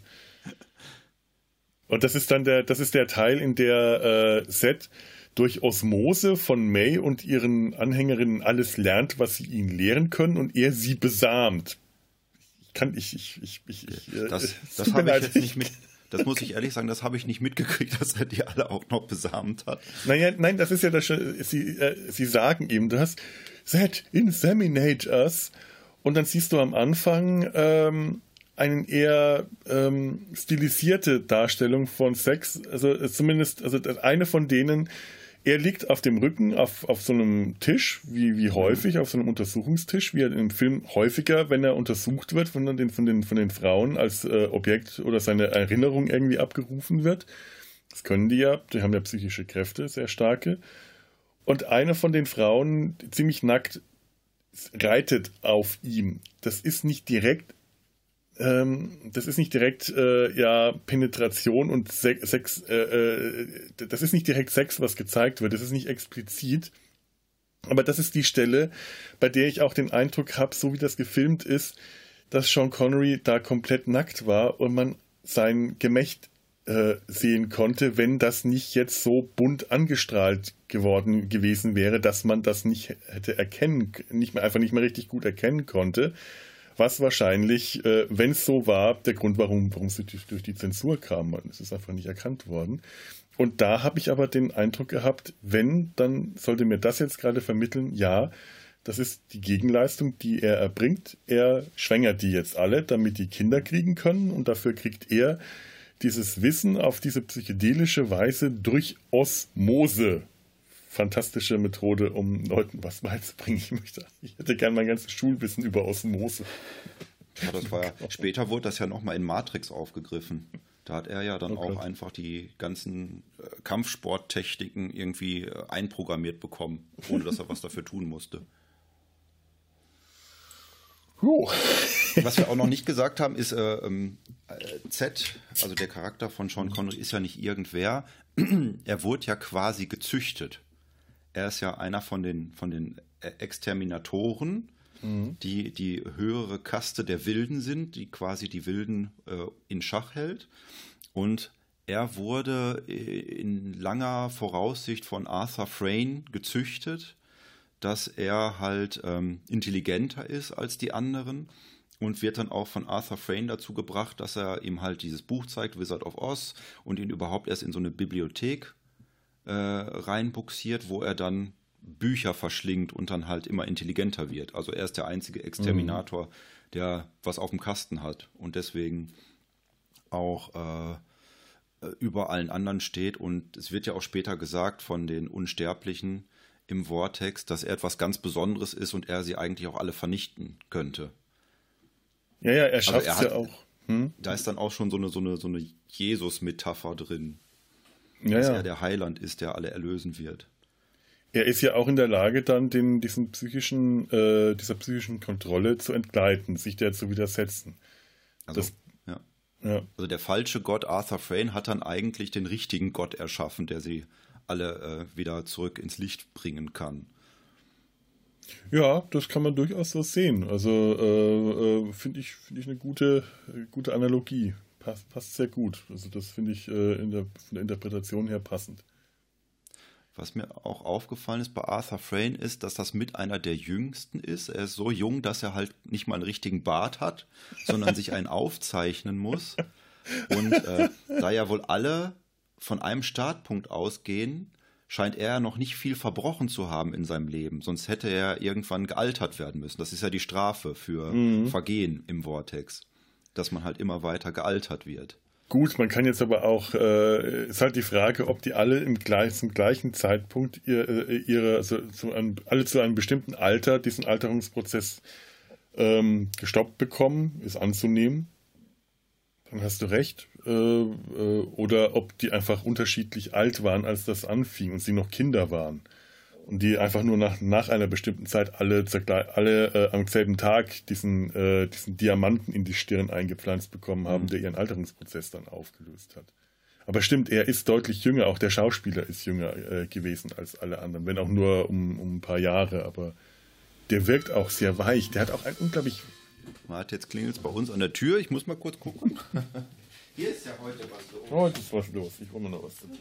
Und das ist dann der, das ist der Teil, in der äh, Seth durch Osmose von May und ihren Anhängerinnen alles lernt, was sie ihn lehren können, und er sie besamt. Ich kann, ich, ich, ich, ich, ich das, das habe ich jetzt nicht mit. Das muss ich ehrlich sagen, das habe ich nicht mitgekriegt, dass er die alle auch noch besamt hat. Naja, nein, das ist ja das, sie, äh, sie sagen ihm das, Seth, inseminate us. Und dann siehst du am Anfang ähm, eine eher ähm, stilisierte Darstellung von Sex, also äh, zumindest, also eine von denen, er liegt auf dem Rücken auf, auf so einem Tisch, wie, wie häufig, auf so einem Untersuchungstisch, wie er im Film häufiger, wenn er untersucht wird, von den, von den, von den Frauen als äh, Objekt oder seine Erinnerung irgendwie abgerufen wird. Das können die ja, die haben ja psychische Kräfte, sehr starke. Und eine von den Frauen, ziemlich nackt, reitet auf ihm. Das ist nicht direkt Das ist nicht direkt äh, ja Penetration und Sex, Sex äh, äh, das ist nicht direkt Sex, was gezeigt wird, das ist nicht explizit, aber das ist die Stelle, bei der ich auch den Eindruck habe, so wie das gefilmt ist, dass Sean Connery da komplett nackt war und man sein Gemächt äh, sehen konnte, wenn das nicht jetzt so bunt angestrahlt geworden gewesen wäre, dass man das nicht hätte erkennen, nicht mehr, einfach nicht mehr richtig gut erkennen konnte. Was wahrscheinlich, äh, wenn es so war, der Grund, warum, warum es durch, durch die Zensur kam. Es ist einfach nicht erkannt worden. Und da habe ich aber den Eindruck gehabt, wenn, dann sollte mir das jetzt gerade vermitteln, ja, das ist die Gegenleistung, die er erbringt. Er schwängert die jetzt alle, damit die Kinder kriegen können. Und dafür kriegt er dieses Wissen auf diese psychedelische Weise durch Osmose. Fantastische Methode, um Leuten was beizubringen. Ich möchte, ich hätte gerne mein ganzes Schulwissen über Osmose. Ja, das war ja, später wurde das ja nochmal in Matrix aufgegriffen. Da hat er ja dann Oh auch Gott. einfach die ganzen äh, Kampfsporttechniken irgendwie äh, einprogrammiert bekommen, ohne dass er was dafür tun musste. Jo. Was wir auch noch nicht gesagt haben, ist äh, ähm, äh, Z, also der Charakter von Sean Connery, ist ja nicht irgendwer. Er wurde ja quasi gezüchtet. Er ist ja einer von den, von den äh, Exterminatoren, mhm. die die höhere Kaste der Wilden sind, die quasi die Wilden äh, in Schach hält. Und er wurde in langer Voraussicht von Arthur Frayne gezüchtet, dass er halt ähm, intelligenter ist als die anderen und wird dann auch von Arthur Frayne dazu gebracht, dass er ihm halt dieses Buch zeigt, Wizard of Oz, und ihn überhaupt erst in so eine Bibliothek äh, reinbuxiert, wo er dann Bücher verschlingt und dann halt immer intelligenter wird. Also er ist der einzige Exterminator, mhm. der was auf dem Kasten hat und deswegen auch äh, über allen anderen steht. Und es wird ja auch später gesagt von den Unsterblichen im Vortex, dass er etwas ganz Besonderes ist und er sie eigentlich auch alle vernichten könnte. Ja, ja, er schafft es also ja auch. Hm? Da ist dann auch schon so eine, so eine, so eine Jesus-Metapher drin. Ja, dass ja. er der Heiland ist, der alle erlösen wird. Er ist ja auch in der Lage, dann den, diesen psychischen, äh, dieser psychischen Kontrolle zu entgleiten, sich der zu widersetzen. Also, das, ja. Ja. Also der falsche Gott Arthur Frayne hat dann eigentlich den richtigen Gott erschaffen, der sie alle äh, wieder zurück ins Licht bringen kann. Ja, das kann man durchaus so sehen. Also äh, äh, finde ich, find ich eine gute, gute Analogie. Passt, passt sehr gut. Also das finde ich äh, in der, von der Interpretation her passend. Was mir auch aufgefallen ist bei Arthur Frayne ist, dass das mit einer der jüngsten ist. Er ist so jung, dass er halt nicht mal einen richtigen Bart hat, sondern sich einen aufzeichnen muss. Und äh, da ja wohl alle von einem Startpunkt ausgehen, scheint er noch nicht viel verbrochen zu haben in seinem Leben. Sonst hätte er irgendwann gealtert werden müssen. Das ist ja die Strafe für mhm. Vergehen im Vortex, dass man halt immer weiter gealtert wird. Gut, man kann jetzt aber auch, äh, ist halt die Frage, ob die alle im gleich, zum gleichen Zeitpunkt ihr, ihre, also zu einem, alle zu einem bestimmten Alter diesen Alterungsprozess ähm, gestoppt bekommen, ist anzunehmen. Dann hast du recht. Äh, äh, oder ob die einfach unterschiedlich alt waren, als das anfing und sie noch Kinder waren. Und die einfach nur nach, nach einer bestimmten Zeit alle, alle äh, am selben Tag diesen, äh, diesen Diamanten in die Stirn eingepflanzt bekommen haben, mhm. der ihren Alterungsprozess dann aufgelöst hat. Aber stimmt, er ist deutlich jünger, auch der Schauspieler ist jünger äh, gewesen als alle anderen, wenn auch nur um, um ein paar Jahre, aber der wirkt auch sehr weich. Der hat auch ein unglaublich... Warte, jetzt klingelt es bei uns an der Tür, ich muss mal kurz gucken. Hier ist ja heute was los. Heute ist was los, ich hole mir noch was dazu.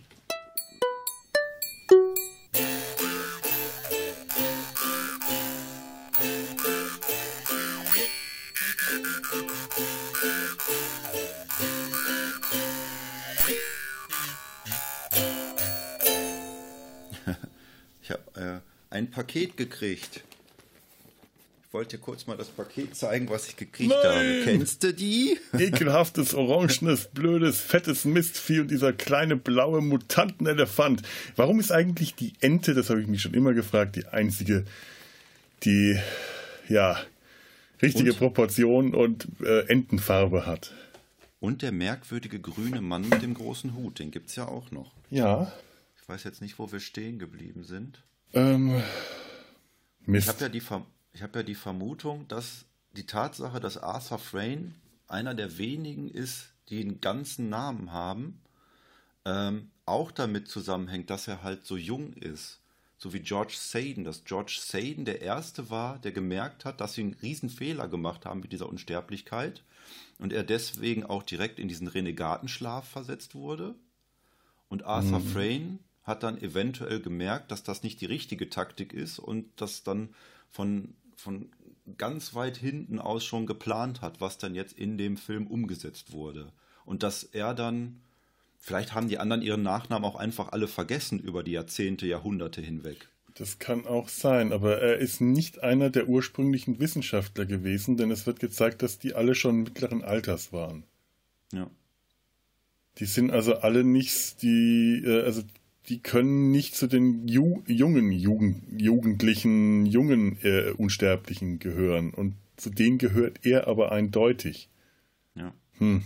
Ich habe äh, ein Paket gekriegt. Ich wollte dir kurz mal das Paket zeigen, was ich gekriegt Nein! habe. Kennst du die? Ekelhaftes, orangenes, blödes, fettes Mistvieh und dieser kleine blaue Mutantenelefant. Warum ist eigentlich die Ente, das habe ich mich schon immer gefragt, die einzige, die, ja, richtige und? Proportion und äh, Entenfarbe hat? Und der merkwürdige grüne Mann mit dem großen Hut, den gibt es ja auch noch. Ja. Ich weiß jetzt nicht, wo wir stehen geblieben sind. Ähm, Mist. Ich habe ja die Ver- ich habe ja die Vermutung, dass die Tatsache, dass Arthur Frayne einer der wenigen ist, die einen ganzen Namen haben, ähm, auch damit zusammenhängt, dass er halt so jung ist. So wie George Saden, dass George Saden der Erste war, der gemerkt hat, dass sie einen riesen Fehler gemacht haben mit dieser Unsterblichkeit und er deswegen auch direkt in diesen Renegatenschlaf versetzt wurde. Und Arthur mhm. Frayne hat dann eventuell gemerkt, dass das nicht die richtige Taktik ist und das dann von, von ganz weit hinten aus schon geplant hat, was dann jetzt in dem Film umgesetzt wurde. Und dass er dann, vielleicht haben die anderen ihren Nachnamen auch einfach alle vergessen über die Jahrzehnte, Jahrhunderte hinweg. Das kann auch sein, aber er ist nicht einer der ursprünglichen Wissenschaftler gewesen, denn es wird gezeigt, dass die alle schon mittleren Alters waren. Ja. Die sind also alle nicht, die, also die können nicht zu den Ju- jungen Jugend, Jugendlichen, jungen äh, Unsterblichen gehören. Und zu denen gehört er aber eindeutig. Ja. Hm.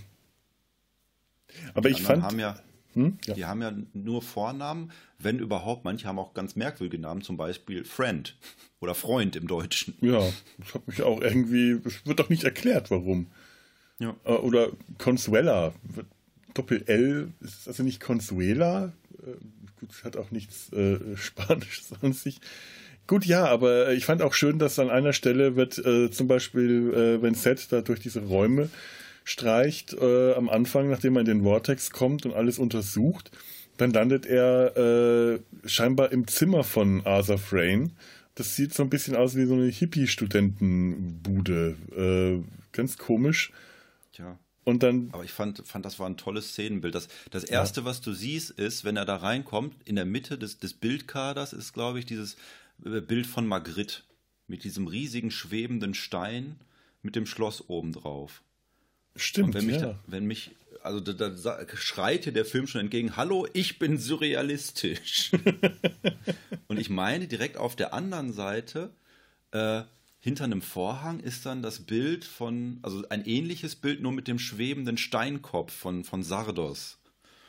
Aber die ich fand... Haben ja, hm? ja. Die haben ja nur Vornamen, wenn überhaupt. Manche haben auch ganz merkwürdige Namen, zum Beispiel Friend oder Freund im Deutschen. Ja, das hat mich auch irgendwie... Es wird doch nicht erklärt, warum. Ja. Oder Consuela. Doppel-L ist also nicht Consuela. Gut, hat auch nichts äh, Spanisches an sich. Gut, ja, aber ich fand auch schön, dass an einer Stelle wird äh, zum Beispiel, äh, wenn Seth da durch diese Räume streicht, äh, am Anfang, nachdem er in den Vortex kommt und alles untersucht, dann landet er äh, scheinbar im Zimmer von Arthur Frayne. Das sieht so ein bisschen aus wie so eine Hippie-Studentenbude. Äh, ganz komisch. Tja. Und dann, aber ich fand, fand, das war ein tolles Szenenbild. Das, das Erste, ja. was du siehst, ist, wenn er da reinkommt, in der Mitte des, des Bildkaders ist, glaube ich, dieses Bild von Magritte mit diesem riesigen, schwebenden Stein mit dem Schloss obendrauf. Stimmt, Und wenn mich, ja. da, wenn mich also da, da schreit hier der Film schon entgegen, hallo, ich bin surrealistisch. Und ich meine, direkt auf der anderen Seite, äh, hinter einem Vorhang ist dann das Bild von, also ein ähnliches Bild, nur mit dem schwebenden Steinkopf von, von Sardos.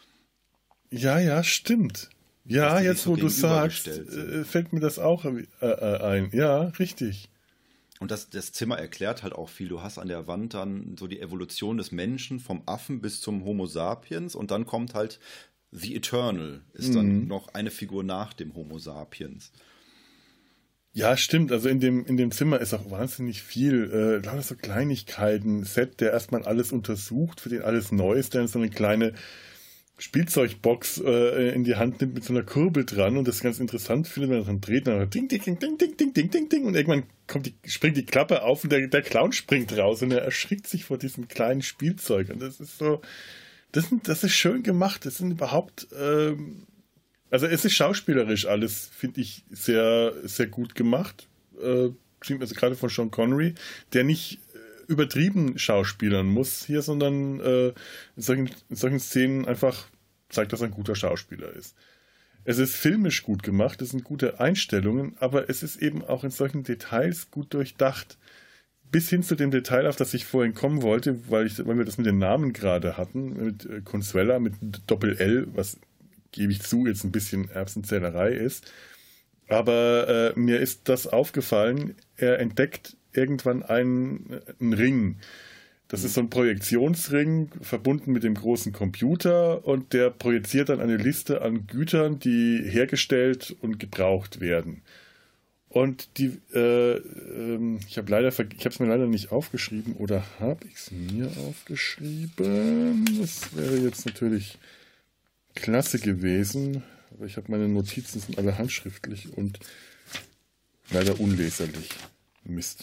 Ja, ja, stimmt. Ja, jetzt wo du sagst, äh, fällt mir das auch äh, äh, ein. Ja, richtig. Und das, das Zimmer erklärt halt auch viel. Du hast an der Wand dann so die Evolution des Menschen vom Affen bis zum Homo sapiens und dann kommt halt The Eternal, ist dann mhm. noch eine Figur nach dem Homo sapiens. Ja, stimmt. Also in dem, in dem Zimmer ist auch wahnsinnig viel, äh, lauter so Kleinigkeiten. Set, der erstmal alles untersucht, für den alles neu ist, der so eine kleine Spielzeugbox äh, in die Hand nimmt mit so einer Kurbel dran und das ganz interessant findet, wenn er dann dreht, dann ding, ding, ding, ding, ding, ding, ding, ding, ding und irgendwann kommt die, springt die Klappe auf und der, der Clown springt raus und er erschrickt sich vor diesem kleinen Spielzeug und das ist so, das, sind, das ist schön gemacht, das sind überhaupt, ähm, also es ist schauspielerisch alles, finde ich, sehr, sehr gut gemacht, äh, also gerade von Sean Connery, der nicht übertrieben schauspielern muss hier, sondern äh, in, solchen, in solchen Szenen einfach zeigt, dass er ein guter Schauspieler ist. Es ist filmisch gut gemacht, es sind gute Einstellungen, aber es ist eben auch in solchen Details gut durchdacht. Bis hin zu dem Detail, auf das ich vorhin kommen wollte, weil, ich, weil wir das mit den Namen gerade hatten, mit äh, Consuela, mit Doppel-L, was, gebe ich zu, jetzt ein bisschen Erbsenzählerei ist. Aber äh, mir ist das aufgefallen, er entdeckt irgendwann einen, einen Ring. Das ist so ein Projektionsring, verbunden mit dem großen Computer und der projiziert dann eine Liste an Gütern, die hergestellt und gebraucht werden. Und die, äh, äh, ich habe leider, ich habe es mir leider nicht aufgeschrieben oder habe ich es mir aufgeschrieben? Das wäre jetzt natürlich klasse gewesen, aber ich habe meine Notizen sind alle handschriftlich und leider unleserlich. Mist.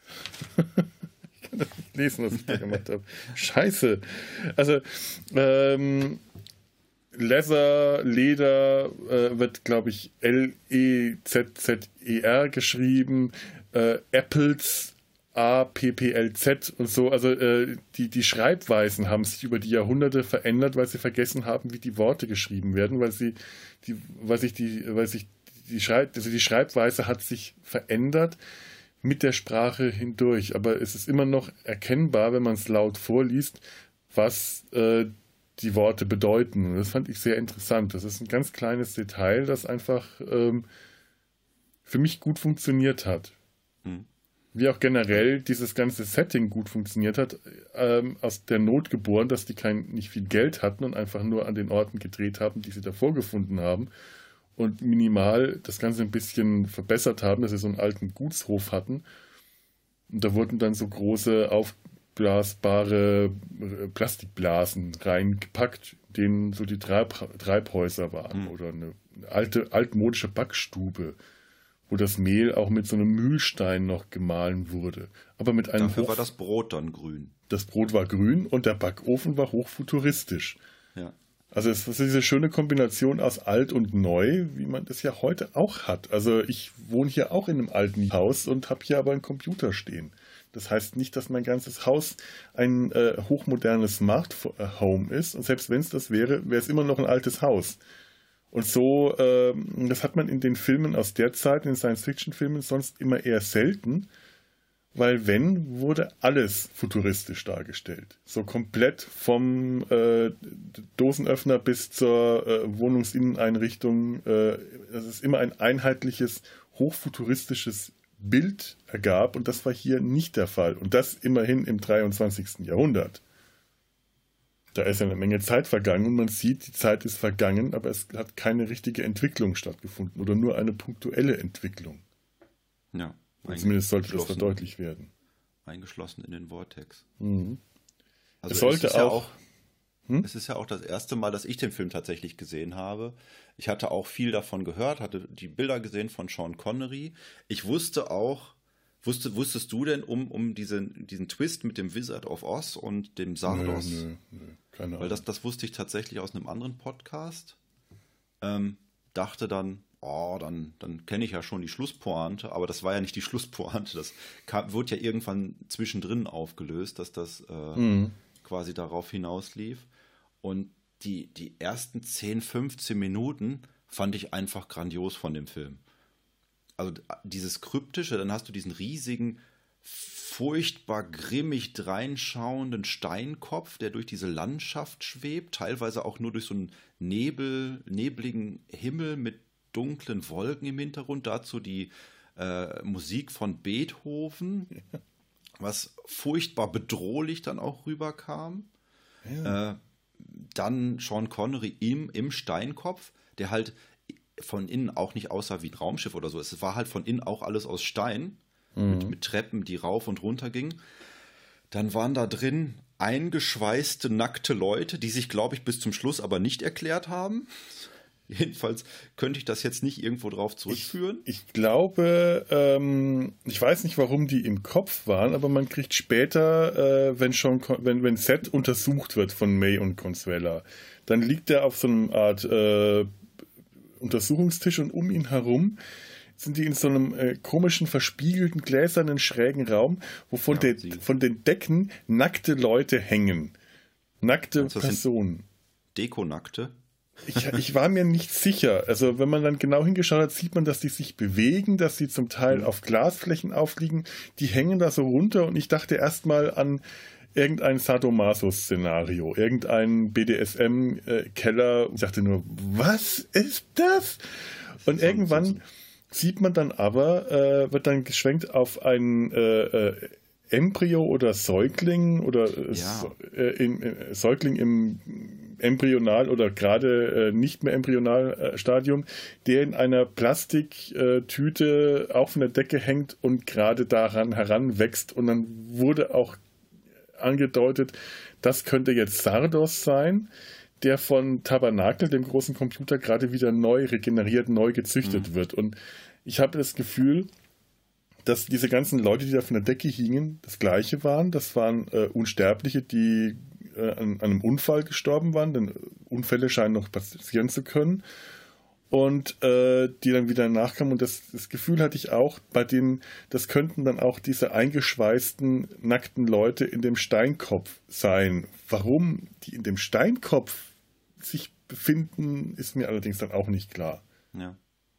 Ich kann das nicht lesen, was ich da gemacht habe. Scheiße. Also, ähm, Leather, Leder äh, wird, glaube ich, L E Z Z E R geschrieben. Äh, Apples, A P P L Z und so. Also, äh, die, die Schreibweisen haben sich über die Jahrhunderte verändert, weil sie vergessen haben, wie die Worte geschrieben werden, weil sie, die, weil sich die, weil sich die Schreib, also die Schreibweise hat sich verändert mit der Sprache hindurch, aber es ist immer noch erkennbar, wenn man es laut vorliest, was äh, die Worte bedeuten. Und das fand ich sehr interessant. Das ist ein ganz kleines Detail, das einfach ähm, für mich gut funktioniert hat. Hm. Wie auch generell dieses ganze Setting gut funktioniert hat, ähm, aus der Not geboren, dass die kein, nicht viel Geld hatten und einfach nur an den Orten gedreht haben, die sie davor gefunden haben. Und minimal das Ganze ein bisschen verbessert haben, dass sie so einen alten Gutshof hatten. Und da wurden dann so große aufblasbare Plastikblasen reingepackt, denen so die Treib- Treibhäuser waren. Mhm. Oder eine alte, altmodische Backstube, wo das Mehl auch mit so einem Mühlstein noch gemahlen wurde. Aber mit einem Dafür Hoch- war das Brot dann grün. Das Brot war grün und der Backofen war hochfuturistisch. Ja. Also es ist diese schöne Kombination aus alt und neu, wie man das ja heute auch hat. Also ich wohne hier auch in einem alten Haus und habe hier aber einen Computer stehen. Das heißt nicht, dass mein ganzes Haus ein äh, hochmodernes Smart Home ist. Und selbst wenn es das wäre, wäre es immer noch ein altes Haus. Und so, äh, das hat man in den Filmen aus der Zeit, in den Science-Fiction-Filmen sonst immer eher selten. weil wenn, wurde alles futuristisch dargestellt. So komplett vom äh, Dosenöffner bis zur äh, Wohnungsinneneinrichtung, äh, dass es immer ein einheitliches, hochfuturistisches Bild ergab und das war hier nicht der Fall. Und das immerhin im dreiundzwanzigsten Jahrhundert. Da ist ja eine Menge Zeit vergangen und man sieht, die Zeit ist vergangen, aber es hat keine richtige Entwicklung stattgefunden oder nur eine punktuelle Entwicklung. Ja. Zumindest sollte das da deutlich werden. Eingeschlossen in den Vortex. Mhm. Also es sollte es ist auch, ja auch hm? es ist ja auch das erste Mal, dass ich den Film tatsächlich gesehen habe. Ich hatte auch viel davon gehört, hatte die Bilder gesehen von Sean Connery. Ich wusste auch, wusste, wusstest du denn um, um diesen, diesen Twist mit dem Wizard of Oz und dem Sardos? Nö, nö, nö, keine Ahnung. Weil das, das wusste ich tatsächlich aus einem anderen Podcast. Ähm, dachte dann, oh, dann, dann kenne ich ja schon die Schlusspointe, aber das war ja nicht die Schlusspointe. Das kam, wurde ja irgendwann zwischendrin aufgelöst, dass das äh, mhm. quasi darauf hinauslief. Und die, die ersten zehn, fünfzehn Minuten fand ich einfach grandios von dem Film. Also dieses Kryptische, dann hast du diesen riesigen, furchtbar grimmig dreinschauenden Steinkopf, der durch diese Landschaft schwebt, teilweise auch nur durch so einen Nebel, nebligen Himmel mit dunklen Wolken im Hintergrund, dazu die äh, Musik von Beethoven, was furchtbar bedrohlich dann auch rüberkam. Ja. Äh, dann Sean Connery im, im Steinkopf, der halt von innen auch nicht aussah wie ein Raumschiff oder so. Es war halt von innen auch alles aus Stein, mhm. mit, mit Treppen, die rauf und runter gingen. Dann waren da drin eingeschweißte, nackte Leute, die sich, glaube ich, bis zum Schluss aber nicht erklärt haben. Jedenfalls könnte ich das jetzt nicht irgendwo drauf zurückführen. Ich, ich glaube, ähm, ich weiß nicht, warum die im Kopf waren, aber man kriegt später, äh, wenn schon, wenn, wenn Seth untersucht wird von May und Consuela, dann liegt er auf so einer Art äh, Untersuchungstisch und um ihn herum sind die in so einem äh, komischen, verspiegelten, gläsernen, schrägen Raum, wo von, ja, der, von den Decken nackte Leute hängen. Nackte also Personen. Deko-Nackte? Ich, ich war mir nicht sicher. Also wenn man dann genau hingeschaut hat, sieht man, dass die sich bewegen, dass sie zum Teil mhm. auf Glasflächen aufliegen. Die hängen da so runter und ich dachte erstmal an irgendein Sadomaso-Szenario, irgendein B D S M-Keller. Ich dachte nur, was ist das? Und so, irgendwann so, so. sieht man dann aber, äh, wird dann geschwenkt auf ein äh, äh, Embryo oder Säugling oder ja. äh, in, äh, Säugling im Embryonal- oder gerade äh, nicht mehr Embryonalstadium, der in einer Plastiktüte äh, auch von der Decke hängt und gerade daran heranwächst. Und dann wurde auch angedeutet, das könnte jetzt Sardos sein, der von Tabernakel, dem großen Computer, gerade wieder neu regeneriert, neu gezüchtet mhm. wird. Und ich habe das Gefühl, dass diese ganzen Leute, die da von der Decke hingen, das Gleiche waren. Das waren äh, Unsterbliche, die äh, an, an einem Unfall gestorben waren, denn Unfälle scheinen noch passieren zu können. Und äh, die dann wieder nachkamen. Und das, das Gefühl hatte ich auch, bei denen, das könnten dann auch diese eingeschweißten, nackten Leute in dem Steinkopf sein. Warum die in dem Steinkopf sich befinden, ist mir allerdings dann auch nicht klar. Ja.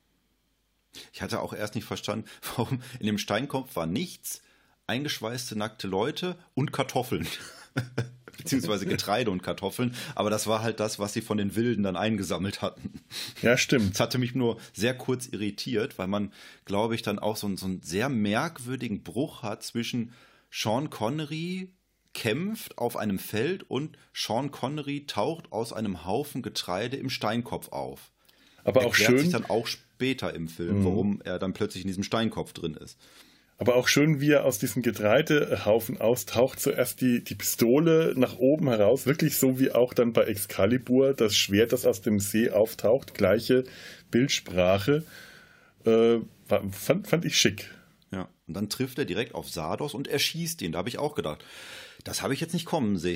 Ich hatte auch erst nicht verstanden, warum in dem Steinkopf war nichts, eingeschweißte nackte Leute und Kartoffeln. Beziehungsweise Getreide und Kartoffeln. Aber das war halt das, was sie von den Wilden dann eingesammelt hatten. Ja, stimmt. Das hatte mich nur sehr kurz irritiert, weil man, glaube ich, dann auch so, so einen sehr merkwürdigen Bruch hat zwischen Sean Connery kämpft auf einem Feld und Sean Connery taucht aus einem Haufen Getreide im Steinkopf auf. Aber auch Erklärt schön. sich dann auch später im Film, mhm. warum er dann plötzlich in diesem Steinkopf drin ist. Aber auch schön, wie er aus diesem Getreidehaufen austaucht. Zuerst die, die Pistole nach oben heraus, wirklich so wie auch dann bei Excalibur das Schwert, das aus dem See auftaucht. Gleiche Bildsprache. Äh, fand, fand ich schick. Ja, und dann trifft er direkt auf Sardos und erschießt ihn. Da habe ich auch gedacht, das habe ich jetzt nicht kommen sehen.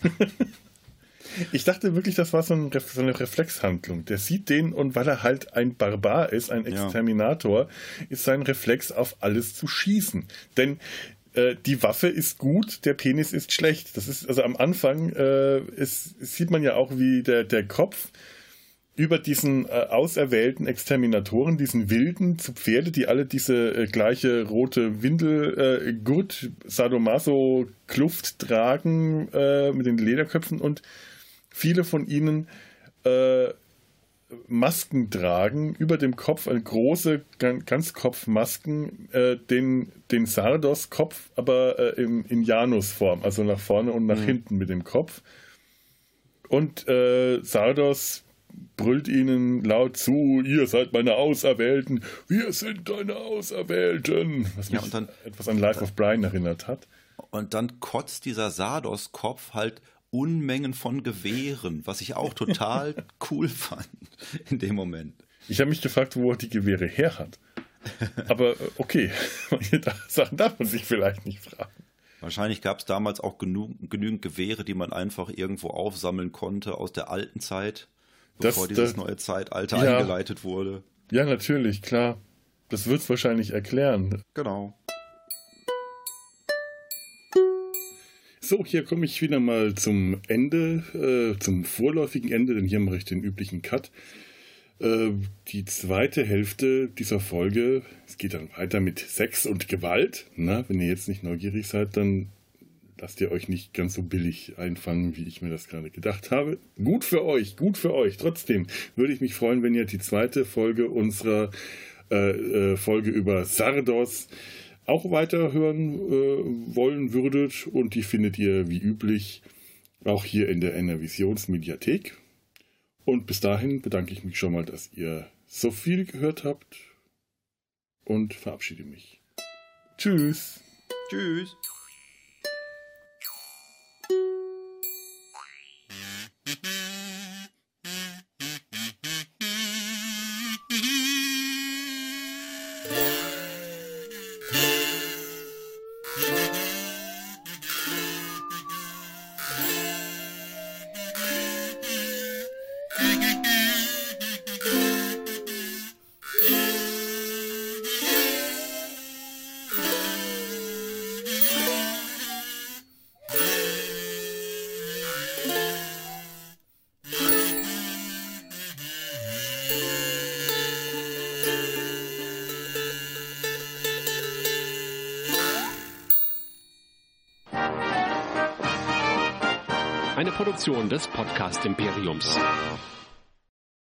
Ich dachte wirklich, das war so, ein, so eine Reflexhandlung. Der sieht den und weil er halt ein Barbar ist, ein Exterminator, ja. ist sein Reflex auf alles zu schießen. Denn äh, die Waffe ist gut, der Penis ist schlecht. Das ist also am Anfang äh, ist, sieht man ja auch, wie der, der Kopf über diesen äh, auserwählten Exterminatoren, diesen Wilden zu Pferde, die alle diese äh, gleiche rote Windelgurt, äh, Sadomaso-Kluft tragen äh, mit den Lederköpfen und viele von ihnen äh, Masken tragen, über dem Kopf, eine große Ganzkopfmasken, äh, den, den Sardos-Kopf, aber äh, in, in Janusform, also nach vorne und nach mhm. hinten mit dem Kopf. Und äh, Sardos brüllt ihnen laut zu, ihr seid meine Auserwählten, wir sind deine Auserwählten, was mich ja, und dann, etwas an Life of Brian erinnert hat. Und dann kotzt dieser Sardos-Kopf halt Unmengen von Gewehren, was ich auch total cool fand in dem Moment. Ich habe mich gefragt, wo er die Gewehre her hat. Aber okay, Sachen darf man sich vielleicht nicht fragen. Wahrscheinlich gab es damals auch genug, genügend Gewehre, die man einfach irgendwo aufsammeln konnte aus der alten Zeit, bevor das, dieses das, neue Zeitalter ja, eingeleitet wurde. Ja, natürlich, klar. Das wird es wahrscheinlich erklären. Genau. So, hier komme ich wieder mal zum Ende, äh, zum vorläufigen Ende, denn hier mache ich den üblichen Cut. Äh, die zweite Hälfte dieser Folge, es geht dann weiter mit Sex und Gewalt. Na, wenn ihr jetzt nicht neugierig seid, dann lasst ihr euch nicht ganz so billig einfangen, wie ich mir das gerade gedacht habe. Gut für euch, gut für euch. Trotzdem würde ich mich freuen, wenn ihr die zweite Folge unserer äh, äh, Folge über Sardos auch weiterhören äh, wollen würdet, und die findet ihr wie üblich auch hier in der N R Visions Mediathek. Und bis dahin bedanke ich mich schon mal, dass ihr so viel gehört habt und verabschiede mich. Tschüss. Tschüss. Eine Produktion des Podcast Imperiums.